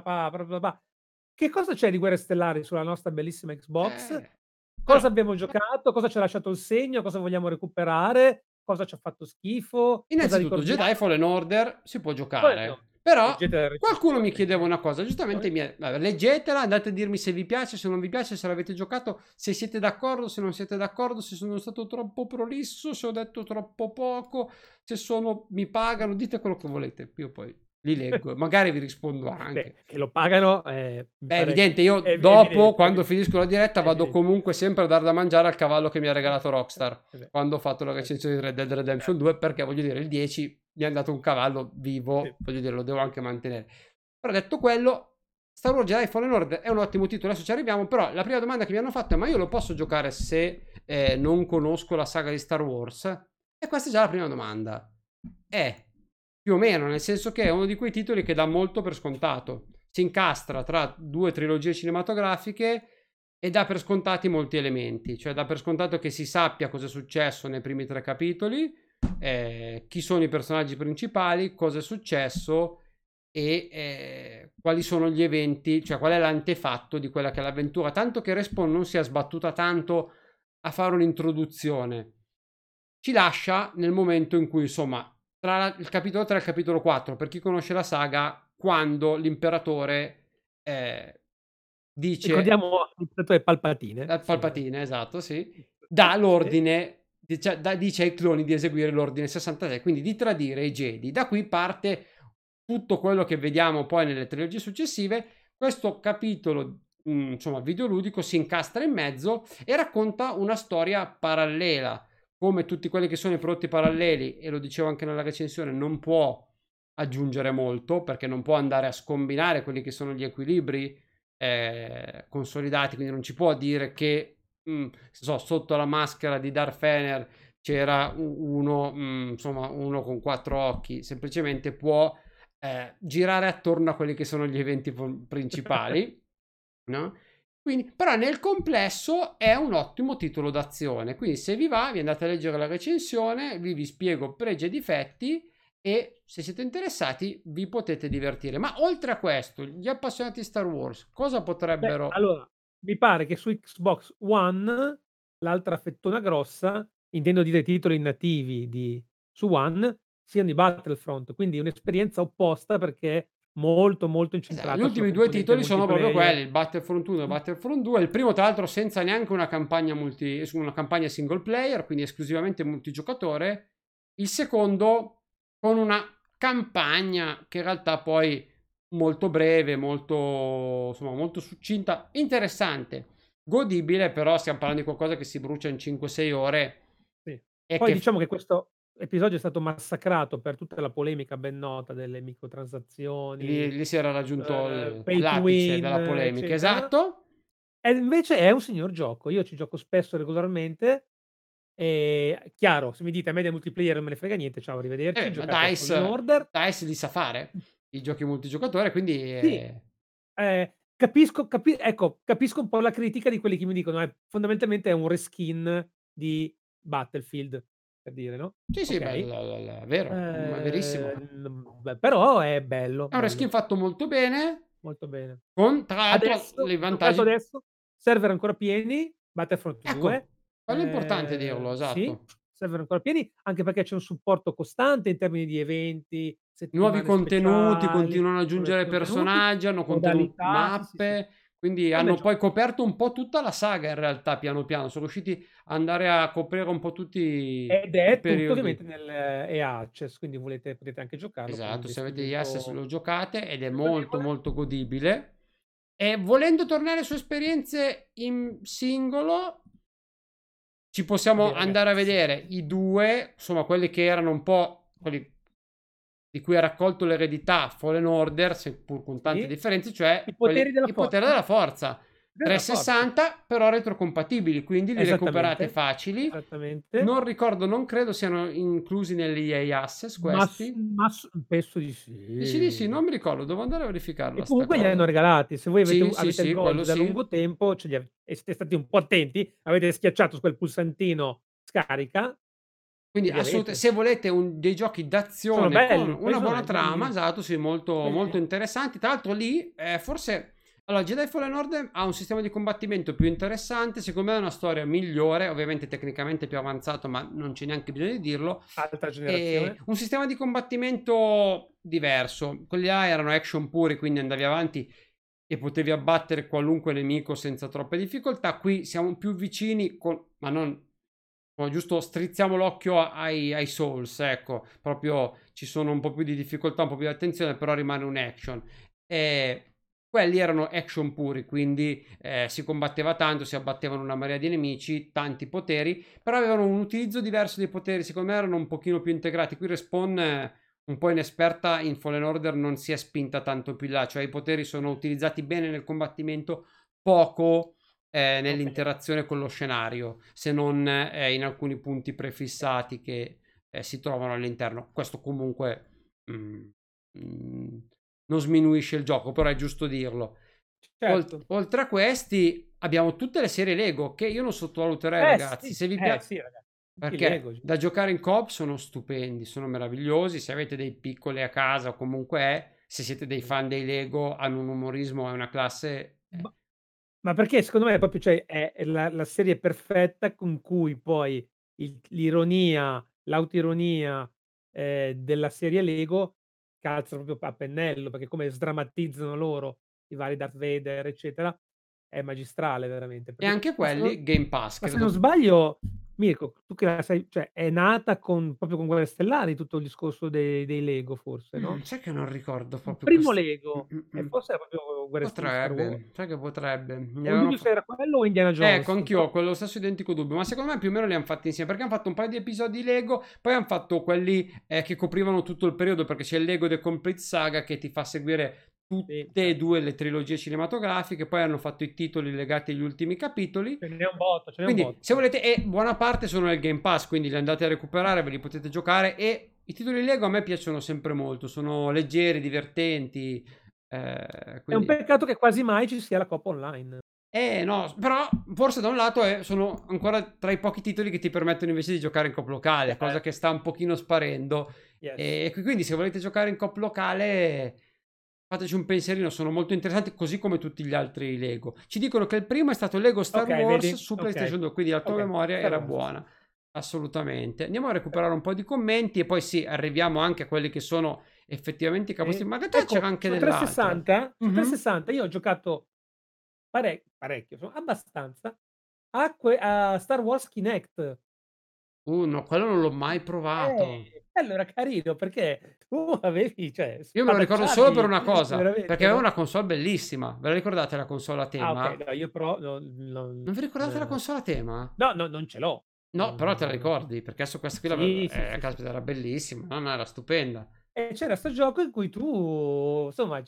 che cosa c'è di Guerre Stellari sulla nostra bellissima Xbox? Cosa Allora, abbiamo giocato? Cosa ci ha lasciato il segno? Cosa vogliamo recuperare? Cosa ci ha fatto schifo? Cosa innanzitutto ricordiamo?" Jedi Fallen Order si può Quello giocare, Però Leggete la qualcuno mi recensione. chiedeva una cosa, giustamente vabbè, leggetela, andate a dirmi se vi piace, se non vi piace, se l'avete giocato, se siete d'accordo, se non siete d'accordo, se sono stato troppo prolisso, se ho detto troppo poco, se mi pagano, dite quello che volete, io poi li leggo, magari vi rispondo anche. Beh, che lo pagano, mi È pare evidente, io è dopo, evidente, quando finisco la diretta, è vado evidente. comunque sempre a dar da mangiare al cavallo che mi ha regalato Rockstar, Beh, quando ho fatto la recensione di Red Dead Redemption 2, perché voglio dire, il 10 mi ha dato un cavallo vivo, sì. voglio dire, lo devo anche mantenere. Però detto quello, Star Wars Jedi Fallen Order è un ottimo titolo, adesso ci arriviamo, però la prima domanda che mi hanno fatto è: ma io lo posso giocare se non conosco la saga di Star Wars? E questa è già la prima domanda. Più o meno, nel senso che è uno di quei titoli che dà molto per scontato. Si incastra tra due trilogie cinematografiche e dà per scontati molti elementi. Cioè dà per scontato che si sappia cosa è successo nei primi 3 capitoli, chi sono i personaggi principali, cosa è successo e quali sono gli eventi, cioè qual è l'antefatto di quella che è l'avventura. Tanto che Respawn non si è sbattuta tanto a fare un'introduzione. Ci lascia nel momento in cui, insomma, tra il capitolo 3 e il capitolo 4, per chi conosce la saga, quando l'imperatore dice Ricordiamo l'imperatore Palpatine. Palpatine, esatto, sì, dà Sì. l'ordine, dice ai cloni di eseguire l'ordine 66, quindi di tradire i Jedi. Da qui parte tutto quello che vediamo poi nelle trilogie successive. Questo capitolo, insomma, videoludico si incastra in mezzo e racconta una storia parallela. Come tutti quelli che sono i prodotti paralleli, e lo dicevo anche nella recensione, non può aggiungere molto perché non può andare a scombinare quelli che sono gli equilibri consolidati, quindi non ci può dire che sotto la maschera di Darth Vader c'era uno, insomma, uno con 4 occhi. Semplicemente può girare attorno a quelli che sono gli eventi principali, no? Quindi, però nel complesso è un ottimo titolo d'azione, quindi se vi va vi andate a leggere la recensione, vi spiego pregi e difetti e se siete interessati vi potete divertire. Ma oltre a questo, gli appassionati di Star Wars cosa Beh, potrebbero... allora, mi pare che su Xbox One, l'altra fettona grossa, intendo dire titoli nativi su One, siano i Battlefront, quindi un'esperienza opposta perché molto, molto Esatto, gli incentrata sulla ultimi due componente titoli sono proprio quelli, multiplayer. il Battlefront 1 e Battlefront 2, il primo tra l'altro senza neanche una campagna una campagna single player, quindi esclusivamente multigiocatore, il secondo con una campagna che in realtà poi molto breve, molto, insomma, molto succinta, interessante, godibile, però stiamo parlando di qualcosa che si brucia in 5-6 ore Sì. e Poi che diciamo che questo episodio è stato massacrato per tutta la polemica ben nota delle lì, microtransazioni, lì si era raggiunto pay to l'apice win, della polemica, eccetera. esatto. E invece è un signor gioco. Io ci gioco spesso regolarmente. Chiaro, se mi dite a me del multiplayer non me ne frega niente, ciao, arrivederci, Ma giocate a Fallen Order. DICE li sa fare i giochi multigiocatore, quindi Sì, capisco un po' la critica di quelli che mi dicono: fondamentalmente è un reskin di Battlefield", per dire, no, sì, sì, okay. è vero, è verissimo. Beh, però è bello, È un reskin bello, fatto molto bene, molto bene. con tra l'altro Adesso i giocato vantaggi. adesso, server ancora pieni, Battlefront Ecco, 2, quello è importante dirlo, sì, esatto. server ancora pieni, anche perché c'è un supporto costante in termini di eventi, Nuovi settimane contenuti, speciali, continuano ad nuovi aggiungere contenuti, personaggi, hanno modalità, sì, sì, sì. mappe, quindi A me hanno gio poi coperto un po' tutta la saga in realtà, piano piano, sono riusciti ad andare a coprire un po' tutti ed i è tutto ovviamente periodi. nel EA Access, quindi potete anche giocarlo con un Esatto, se avete gli asset investimento lo giocate ed è molto ragionevole. molto godibile. E volendo tornare su esperienze in singolo, ci possiamo Vabbè andare a ragazzi, vedere i due, insomma, quelli che erano un po' quelli di cui ha raccolto l'eredità Fallen Order, seppur con tante sì, differenze, cioè i poteri della i poteri forza, della forza. della forza. 360 però retrocompatibili, quindi li recuperate Esattamente, facili. esattamente. Non ricordo, non credo siano inclusi negli EA Access questi. Penso di Dici di sì, sì. non mi ricordo, devo andare a verificarla E sta comunque li hanno cosa. regalati. Se voi Sì, sì, avete il sì, Gold quello da sì. lungo tempo, e siete stati un po' attenti, avete schiacciato su quel pulsantino scarica Quindi e li avete. se volete dei giochi Sono d'azione con belli, quelli una sono buona trama, bellini. esatto, sì, molto, molto Quelli interessanti. Tra l'altro lì, forse... Allora, Jedi Fallen Order ha un sistema di combattimento più interessante, secondo me è una storia migliore, ovviamente tecnicamente più avanzato, ma non c'è neanche bisogno di dirlo. alta E generazione. un sistema di combattimento diverso. Quelli là erano action puri, quindi andavi avanti e potevi abbattere qualunque nemico senza troppe difficoltà. Qui siamo più vicini, ma non giusto, strizziamo l'occhio ai Souls, ecco, proprio ci sono un po' più di difficoltà, un po' più di attenzione, però rimane un action. E quelli erano action puri, quindi si combatteva tanto, si abbattevano una marea di nemici, tanti poteri, però avevano un utilizzo diverso dei poteri, secondo me erano un pochino più integrati. Qui Respawn, un po' inesperta in Fallen Order, non si è spinta tanto più in là, cioè i poteri sono utilizzati bene nel combattimento, poco nell'interazione con lo scenario, se non in alcuni punti prefissati che si trovano all'interno. Questo comunque non sminuisce il gioco, però è giusto dirlo. Certo. Oltre a questi abbiamo tutte le serie Lego, che io non sottovaluterei, ragazzi. Sì, Se vi piace, sì, ragazzi. perché Lego. da giocare in coop sono stupendi, sono meravigliosi. Se avete dei piccoli a casa o comunque se siete dei fan dei Lego, hanno un umorismo e una classe. Ma perché secondo me proprio, cioè, è la serie perfetta con cui poi l'ironia, l'autironia, della serie Lego calza proprio a pennello, perché come sdrammatizzano loro i vari Darth Vader, eccetera, è magistrale veramente. E Perché anche quelli Game Pass, ma se non sbaglio, Mirko, tu che la sai, cioè è nata proprio con Guerre Stellari tutto il discorso dei Lego forse, no? sai che non ricordo Il proprio primo questo. Lego, e forse era proprio Star Wars. Potrebbe, sai che potrebbe. Ho il dubbio se era quello o Indiana Ecco, Jones, anch'io ho quello stesso identico dubbio, ma secondo me più o meno li hanno fatti insieme, perché hanno fatto un paio di episodi Lego, poi hanno fatto quelli che coprivano tutto il periodo, perché c'è il Lego The Complete Saga che ti fa seguire tutte e due le trilogie cinematografiche, poi hanno fatto i titoli legati agli ultimi capitoli. Ce n'è un botto, Quindi, se volete, e buona parte sono nel Game Pass, quindi li andate a recuperare, ve li potete giocare, e i titoli Lego a me piacciono sempre molto, sono leggeri, divertenti. È un Quindi peccato che quasi mai ci sia la Coppa online. no, però forse da un lato sono ancora tra i pochi titoli che ti permettono invece di giocare in coop locale, cosa che sta un pochino sparendo. Yes. E quindi se volete giocare in coop locale, fateci un pensierino, sono molto interessanti, così come tutti gli altri Lego. Ci dicono che il primo è stato Lego Star Wars vedi? su PlayStation 2, quindi la tua memoria Star era Wars. buona. Assolutamente. Andiamo a recuperare un po' di commenti e poi sì, arriviamo anche a quelli che sono effettivamente capostipiti. Ma in realtà c'era anche su dell'altro. 360 io ho giocato parecchio, insomma, abbastanza a Star Wars Kinect. No, quello non l'ho mai provato. Quello era carino perché tu avevi, cioè, Io me lo ricordo solo per una cosa, veramente, perché aveva una console bellissima. Ve la ricordate la console a tema? Okay, no, io però Non vi ricordate la console a tema? no, non ce l'ho. No, però te la ricordi, perché asso questa qui Sì, caspita, era bellissima, no, era stupenda. E c'era 'sto gioco in cui tu, insomma,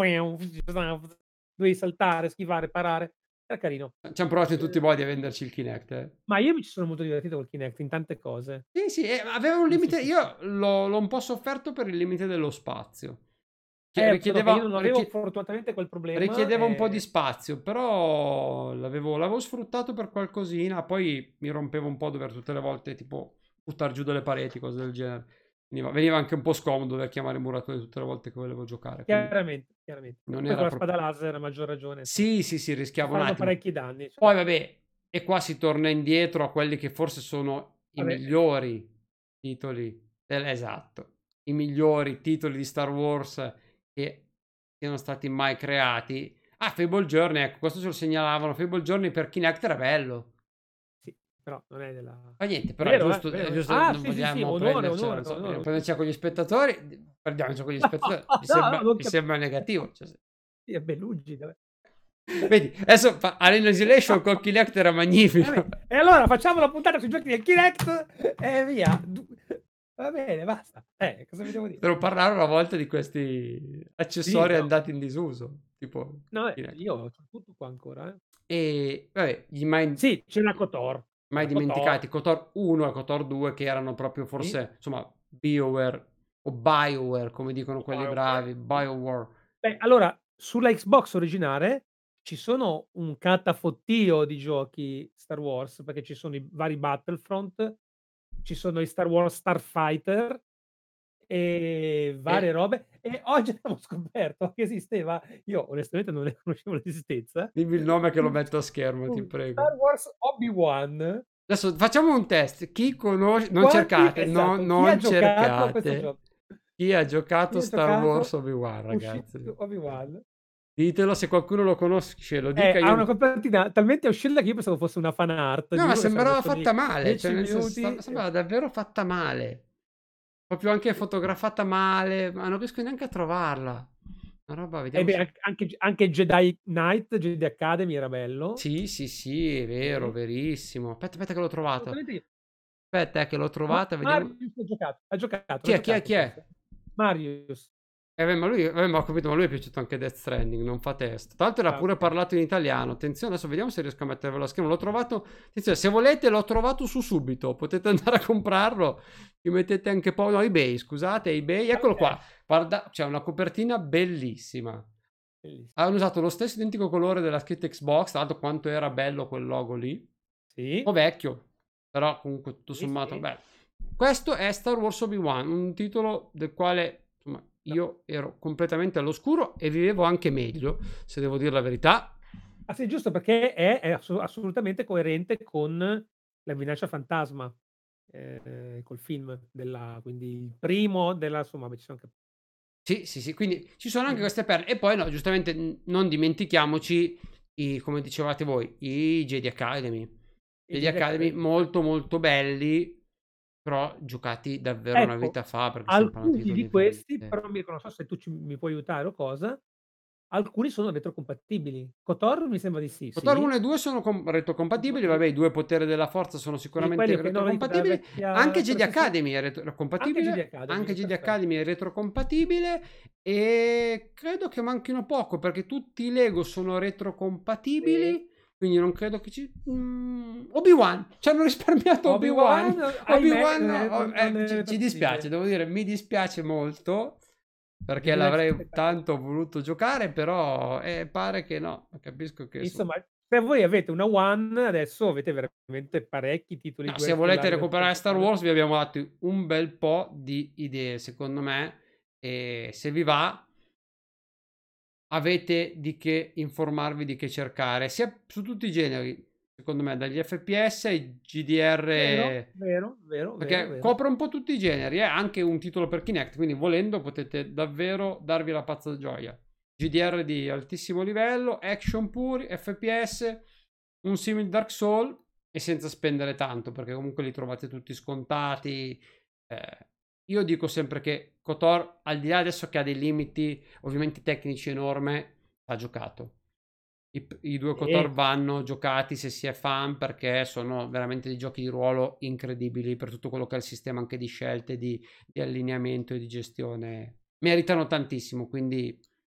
dovevi saltare, schivare, parare. Era carino. Ci han provato in tutti i modi a venderci il Kinect. Ma io mi ci sono molto divertito col Kinect in tante cose. Sì, aveva un limite. Sì. Io l'ho un po' sofferto per il limite dello spazio. Che Che richiedeva, io non avevo fortunatamente quel problema, richiedeva un po' di spazio, però l'avevo sfruttato per qualcosina. Poi mi rompevo un po' dover tutte le volte tipo buttare giù delle pareti, cose del genere. Veniva anche un po' scomodo dover chiamare il muratore tutte le volte che volevo giocare. Chiaramente. Non Poi era con la proprio. spada laser a maggior ragione, insomma, Sì, rischiavo un fanno attimo. parecchi danni, cioè. Poi vabbè, e qua si torna indietro a quelli che forse sono i migliori titoli esatto, i migliori titoli di Star Wars che siano stati mai creati. Fable Journey, ecco, questo ce lo segnalavano. Fable Journey per Kinect era bello. Sì, però non è della... Ma niente, però è giusto, vero. non sì, vogliamo onore. prenderci con gli spettatori, prendiamoci con gli spettatori, mi sembra negativo. Cioè, sì, è Bellugi. vedi, adesso Annihilation col Kinect era magnifico. E allora facciamo la puntata sui giochi del Kinect e via. Va bene, basta. Cosa vi devo dire? Devo parlare una volta di questi accessori andati in disuso. Tipo, no, io ho tutto qua ancora. E vabbè, sì, c'è la KOTOR. Mai dimenticati KOTOR 1 e KOTOR 2, che erano proprio forse, insomma, BioWare o BioWare, come dicono quelli bravi, BioWare. Beh, allora, sulla Xbox originale ci sono un catafottio di giochi Star Wars, perché ci sono i vari Battlefront, ci sono i Star Wars Starfighter e varie robe, e oggi abbiamo scoperto che esisteva, io onestamente non ne conoscevo l'esistenza. Dimmi il nome che lo metto a schermo, ti prego. Star Wars Obi-Wan. Adesso facciamo un test. Chi conosce, non Quanti, cercate, esatto, non chi ha giocato a questo cercate. gioco? Chi ha giocato Chi ha Star Wars giocato Obi-Wan, ragazzi? uscito Obi-Wan. Ditelo, se qualcuno lo conosce, lo dica. Ha una Io... copertina talmente oscilla che io pensavo fosse una fan art, No, ma giuro che sarebbe sembrava stato lì fatta male, cioè 10 nel senso minuti sembrava davvero fatta male. Proprio anche fotografata male, ma non riesco neanche a trovarla. Una roba, eh vediamo beh, se... anche Jedi Knight, Jedi Academy era bello. Sì, sì, sì, è vero, Sì, verissimo. Aspetta, aspetta che l'ho trovato. assolutamente io. Aspetta, che l'ho trovata, vediamo. Marius ha Chi è? Chi è? giocato Chi è? forse. Marius. Ma lui, ma ho capito, ma lui è piaciuto anche Death Stranding, non fa test. Tra l'altro era pure Okay. parlato in italiano. Attenzione, adesso vediamo se riesco a mettervelo a schermo. L'ho trovato. Attenzione, se volete, l'ho trovato su Subito. Potete andare a comprarlo. Vi mettete anche poi. No, eBay, scusate, eBay. Eccolo Okay, qua. Guarda, c'è una copertina bellissima. bellissi Hanno usato lo stesso identico colore della scritta Xbox. Tra l'altro, quanto era bello quel logo lì. Un po' sì, vecchio, però comunque tutto sì, sommato, sì. beh. Questo è Star Wars Obi-Wan, un titolo del quale insomma, No. io ero completamente all'oscuro e vivevo anche meglio, se devo dire la verità. Ah sì, giusto perché è assolutamente coerente con La minaccia fantasma, col film della quindi il primo della insomma, beh, ci sono anche Sì, sì, sì, quindi ci sono anche mh-mh. queste perle. E poi no, giustamente non dimentichiamoci, come dicevate voi, i Jedi Academy. I Jedi Jedi Academy Academy. molto molto belli, però giocati davvero una Ecco, vita fa, perché stiamo parlando di alcuni titoli di questi veramente... però Mirko non so se tu mi puoi aiutare o cosa, alcuni sono retrocompatibili. KOTOR mi sembra di sì, KOTOR sì. 1 e 2 sono retrocompatibili, I vabbè, i due poteri della forza sono sì, sicuramente quelli che no, dico della retrocompatibili, anche vecchia Jedi 360 Academy è anche Jedi retrocompatibile, anche Academy, Jedi perfetto. Academy è retrocompatibile e credo che manchino poco perché tutti i Lego sono Sì. retrocompatibili, quindi non credo che ci... Obi-Wan, ci hanno risparmiato Obi-Wan, Obi-Wan ahimè Obi-Wan, non è ci dispiace, retrocompatibile. devo dire, mi dispiace molto perché Vedi una l'avrei spettacolo tanto voluto giocare, però pare che no, capisco che insomma... insomma, se voi avete una One adesso avete veramente parecchi titoli No, se guerre volete stellari da poter recuperare Star giocare. Wars vi abbiamo dato un bel po' di idee, secondo me, e se vi va avete di che informarvi, di che cercare, sia su tutti i generi, secondo me, dagli FPS ai Vero, GDR, vero, vero, vero, perché vero. copre un po' tutti i generi, anche un titolo per Kinect, quindi volendo potete davvero darvi la pazza gioia. GDR di altissimo livello, action puri, FPS, un simile Dark Soul e senza spendere tanto, perché comunque li trovate tutti scontati. Io dico sempre che KOTOR, al di là adesso che ha dei limiti ovviamente tecnici enorme, ha giocato. I due KOTOR Sì. vanno giocati se si è fan perché sono veramente dei giochi di ruolo incredibili per tutto quello che è il sistema anche di scelte, di allineamento e di gestione. Meritano tantissimo, quindi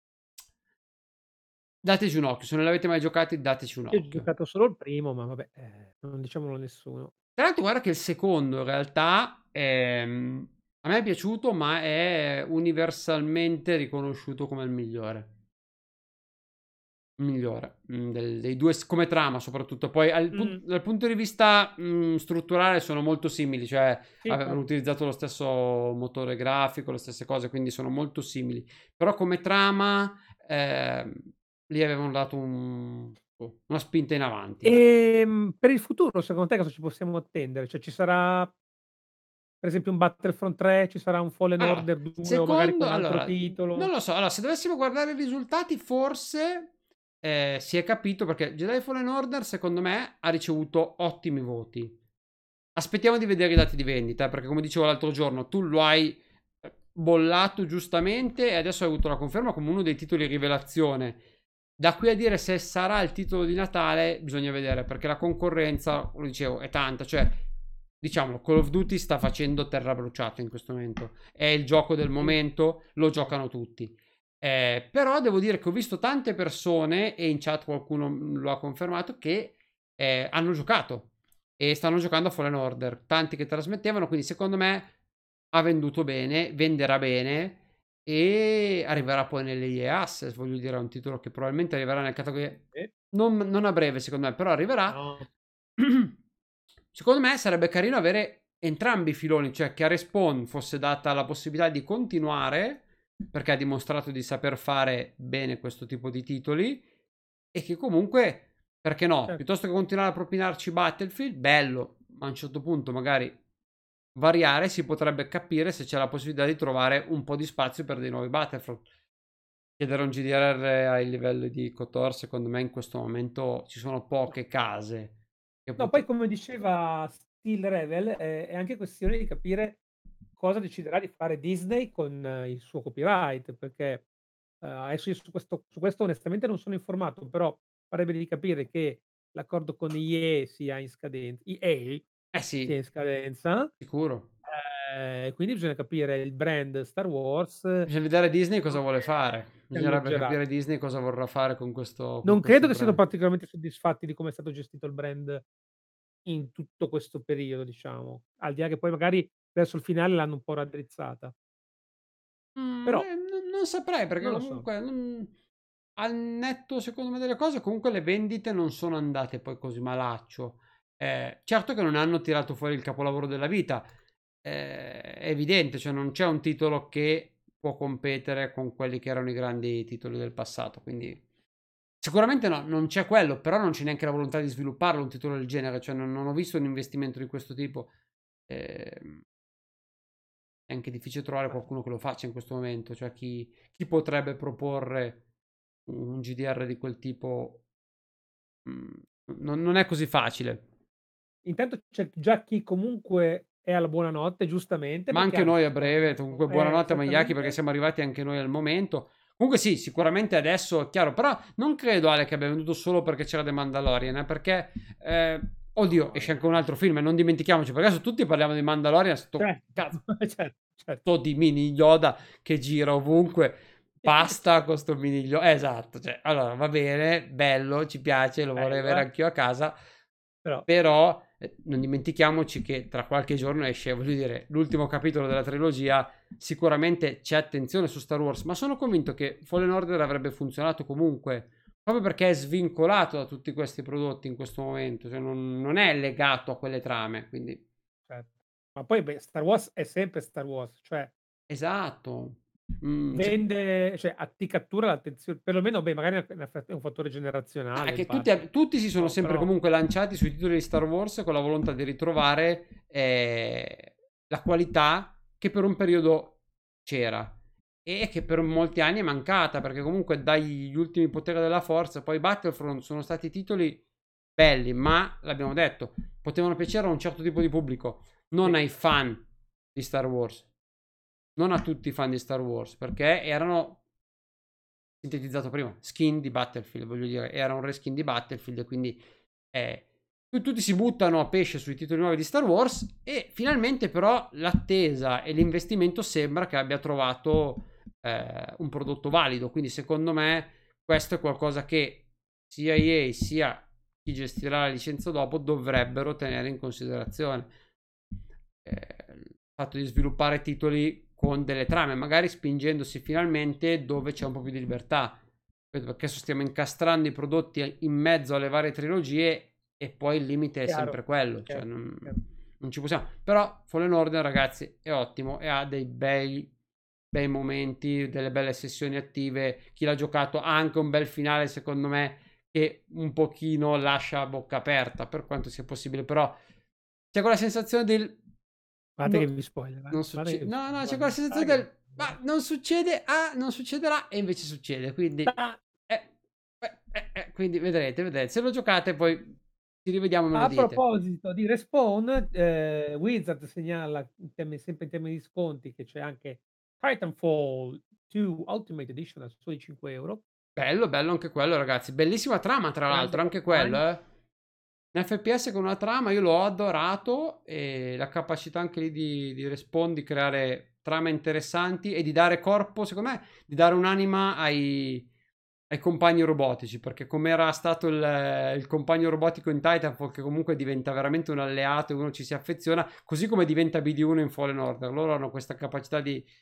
dateci un occhio. Se non l'avete mai giocati, dateci un Io ho occhio. giocato solo il primo, ma vabbè, non diciamolo a nessuno. Tra l'altro, guarda che il secondo in realtà a me è piaciuto, ma è universalmente riconosciuto come il migliore. Migliore dei due, come trama soprattutto. Poi dal punto di vista strutturale sono molto simili, cioè Sì, avevano utilizzato lo stesso motore grafico, le stesse cose, quindi sono molto simili. Però come trama lì avevano dato una spinta in avanti. per il futuro secondo te cosa ci possiamo attendere? Cioè ci sarà per esempio un Battlefront 3, ci sarà un Fallen Allora, Order 2 o magari secondo, con altro allora, non titolo? lo so. Allora, se dovessimo guardare i risultati, forse si è capito perché Jedi Fallen Order, secondo me, ha ricevuto ottimi voti. Aspettiamo di vedere i dati di vendita, perché come dicevo l'altro giorno, tu lo hai bollato giustamente e adesso hai avuto la conferma come uno dei titoli rivelazione. Da qui a dire se sarà il titolo di Natale, bisogna vedere, perché la concorrenza, lo dicevo, è tanta. Cioè, diciamolo, Call of Duty sta facendo terra bruciata in questo momento. È il gioco del Sì, momento, lo giocano tutti. Però devo dire che ho visto tante persone, e in chat qualcuno lo ha confermato, che hanno giocato e stanno giocando a Fallen Order. Tanti che trasmettevano, quindi secondo me ha venduto bene, venderà bene e arriverà poi nelle EA Access, voglio dire, è un titolo che probabilmente arriverà nel categoria sì. non a breve, secondo me, però arriverà. No. Secondo me sarebbe carino avere entrambi i filoni, cioè che a Respawn fosse data la possibilità di continuare, perché ha dimostrato di saper fare bene questo tipo di titoli, e che comunque, perché no, Certo. piuttosto che continuare a propinarci Battlefield, bello, ma a un certo punto magari variare, si potrebbe capire se c'è la possibilità di trovare un po' di spazio per dei nuovi Battlefront. Chiedere un GDR ai livelli di KOTOR, secondo me in questo momento ci sono poche case che No, poi come diceva Steel Revel, è anche questione di capire cosa deciderà di fare Disney con il suo copyright, perché, adesso io su questo onestamente non sono informato, però parebbe di capire che l'accordo con EA eh sia sì, in scadenza, sicuro. quindi bisogna capire il brand Star Wars Bisogna vedere Disney cosa vuole come fare. si Bisognerebbe alloggerà. capire Disney cosa vorrà fare con Non questo credo che siano brand. particolarmente soddisfatti di come è stato gestito il brand in tutto questo periodo, diciamo. Al di là che poi magari verso il finale l'hanno un po' raddrizzata. Però Non saprei perché non lo so. comunque al netto secondo me delle cose, comunque le vendite non sono andate poi così malaccio. Certo che non hanno tirato fuori il capolavoro della vita, è evidente, cioè non c'è un titolo che può competere con quelli che erano i grandi titoli del passato, quindi sicuramente no, non c'è quello, però non c'è neanche la volontà di svilupparlo un titolo del genere, cioè non ho visto un investimento di questo tipo. Ehm, è anche difficile trovare Ma qualcuno che lo faccia in questo momento, cioè chi potrebbe proporre un GDR di quel tipo, mhmm, non è così facile. intanto c'è già chi comunque è alla buonanotte, giustamente, Ma perché anche noi anzi a breve, comunque buonanotte a Miyake perché esattamente. siamo arrivati anche noi al momento. Comunque sì, sicuramente adesso è chiaro, però non credo Ale che abbia venduto solo perché c'era The Mandalorian, perché oddio, No, esce anche un altro film e non dimentichiamoci, perché adesso tutti parliamo di Mandalorian, sto certo, cazzo certo. di mini Yoda che gira ovunque. Basta con sto mini Yoda. Esatto, cioè, allora va bene, bello, ci piace, lo vorrei Bello, avere anch'io a casa, però però non dimentichiamoci che tra qualche giorno esce, voglio dire, l'ultimo capitolo della trilogia. Sicuramente c'è attenzione su Star Wars, ma sono convinto che Fallen Order avrebbe funzionato comunque, proprio perché è svincolato da tutti questi prodotti in questo momento, cioè non è legato a quelle trame, quindi certo. Ma poi beh, Star Wars è sempre Star Wars, cioè esatto. vende, cioè ti cattura perlomeno, beh, magari è un fattore No, è generazionale in che parte, tutti si sono no, sempre però comunque lanciati sui titoli di Star Wars con la volontà di ritrovare la qualità che per un periodo c'era e che per molti anni è mancata, perché comunque dagli ultimi poteri della forza, poi Battlefront sono stati titoli belli, ma l'abbiamo detto, potevano piacere a un certo tipo di pubblico, non sì, ai fan di Star Wars, non a tutti i fan di Star Wars, perché erano sintetizzato prima, skin di Battlefield, voglio dire, era un reskin di Battlefield e quindi eh, tutti si buttano a pesce sui titoli nuovi di Star Wars e finalmente però l'attesa e l'investimento sembra che abbia trovato un prodotto valido, quindi secondo me questo è qualcosa che sia EA sia chi gestirà la licenza dopo dovrebbero tenere in considerazione. Il fatto di sviluppare titoli con delle trame, magari spingendosi finalmente dove c'è un po' più di libertà. Perché adesso stiamo incastrando i prodotti in mezzo alle varie trilogie e poi il limite è chiaro, sempre quello, cioè chiaro, chiaro. non ci possiamo. Però Fallen Order, ragazzi, è ottimo e ha dei bei momenti, delle belle sessioni attive. Chi l'ha giocato ha anche un bel finale, secondo me, che un pochino lascia a bocca aperta, per quanto sia possibile, però c'è quella sensazione del Guardate che no, vi spoiler, non guardate che succede. vi No, no, spoiler, c'è quella sensazione guarda che vi del ma spoiler. non succede, non succederà, e invece succede. Quindi, Ah, quindi vedrete. Se lo giocate, poi ci rivediamo e me lo a dite. proposito di Respawn, Wizard segnala sempre in termini di sconti che c'è anche Titanfall 2 Ultimate Edition a soli 5 €, Bello, bello anche quello, ragazzi. Bellissima trama, tra grande l'altro, anche quello, campagna. Un FPS con una trama, io l'ho adorato e la capacità anche lì di Respawn di creare trame interessanti e di dare corpo, secondo me, di dare un'anima ai compagni robotici, perché come era stato il compagno robotico in Titanfall, che comunque diventa veramente un alleato e uno ci si affeziona, così come diventa BD1 in Fallen Order. Loro hanno questa capacità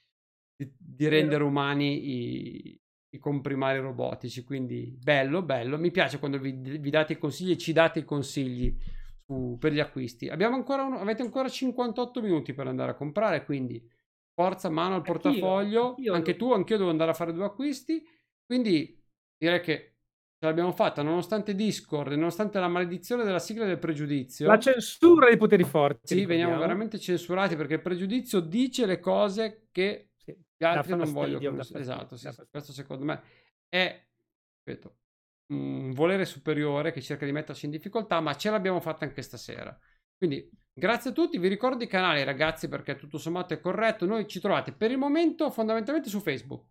di Vero. rendere umani i comprimari robotici, quindi bello, bello. Mi piace quando vi date i consigli e ci date i consigli per gli acquisti. Avete ancora 58 minuti per andare a comprare, quindi forza, mano al Anch'io, portafoglio. anch'io Anche tu, anch'io devo andare a fare 2 acquisti, quindi direi che ce l'abbiamo fatta, nonostante Discord, nonostante la maledizione della sigla del pregiudizio. La censura dei poteri forti. Sì, veniamo ricordiamo. veramente censurati perché il pregiudizio dice le cose che Sì, gli altri dà non fastidio, vogliono. dà fastidio, Esatto, sì, dà sì. fastidio. Questo secondo me è, ripeto, un volere superiore che cerca di metterci in difficoltà, ma ce l'abbiamo fatta anche stasera. Quindi grazie a tutti, vi ricordo i canali ragazzi perché tutto sommato è corretto. Noi ci trovate per il momento fondamentalmente su Facebook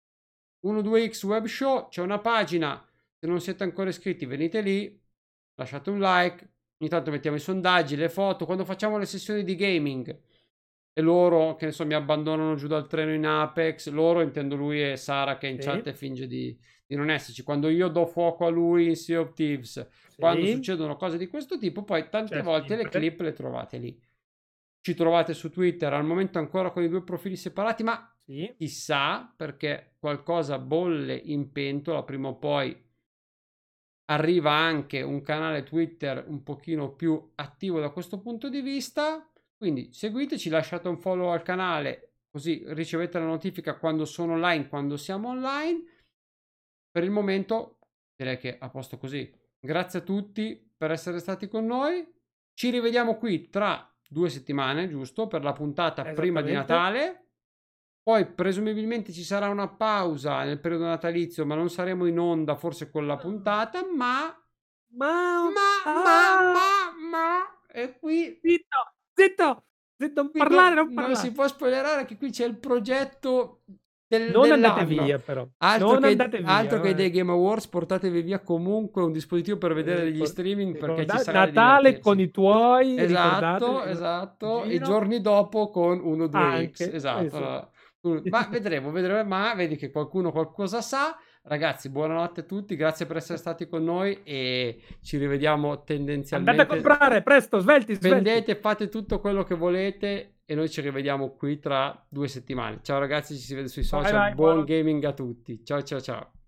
12X Web Show, c'è una pagina, se non siete ancora iscritti venite lì, lasciate un like, ogni tanto mettiamo i sondaggi, le foto, quando facciamo le sessioni di gaming e loro, che ne so, mi abbandonano giù dal treno in Apex, loro intendo lui e Sara che in chat Sì, finge di non esserci, quando io do fuoco a lui in Sea of Thieves, quando sì, succedono cose di questo tipo, poi tante c'è volte le sempre. clip le trovate lì. Ci trovate su Twitter, al momento ancora con i 2 profili separati, ma Sì. chissà perché qualcosa bolle in pentola, prima o poi arriva anche un canale Twitter un pochino più attivo da questo punto di vista. Quindi seguiteci, lasciate un follow al canale così ricevete la notifica quando sono online, quando siamo online. Per il momento direi che a posto così. Grazie a tutti per essere stati con noi. Ci rivediamo qui tra 2 settimane, giusto? Per la puntata prima di Esattamente. Natale. Poi presumibilmente ci sarà una pausa nel periodo natalizio, ma non saremo in onda forse con la puntata, ma Ma ah! e qui Zitto, zitto, zitto, non qui parlare, non non si parlare. può spoilerare che qui c'è il progetto Non andate dell'anno. via però, Altro non andate che via, dei Game Awards, portatevi via comunque un dispositivo per vedere degli streaming perché ci sarà da Natale con divertirsi. i tuoi, Esatto, ricordate, esatto. E i giro giorni dopo con 1-2X. anche, Esatto. sì. Ma vedremo, ma vedi che qualcuno qualcosa sa. Ragazzi, buonanotte a tutti, grazie per essere stati con noi e ci rivediamo Andate a tendenzialmente. comprare, presto, svelti, svelti. Vendete, fate tutto quello che volete e noi ci rivediamo qui tra 2 settimane. Ciao ragazzi, ci si vede sui Bye social. bye, Buon buonanotte. gaming a tutti. Ciao ciao ciao.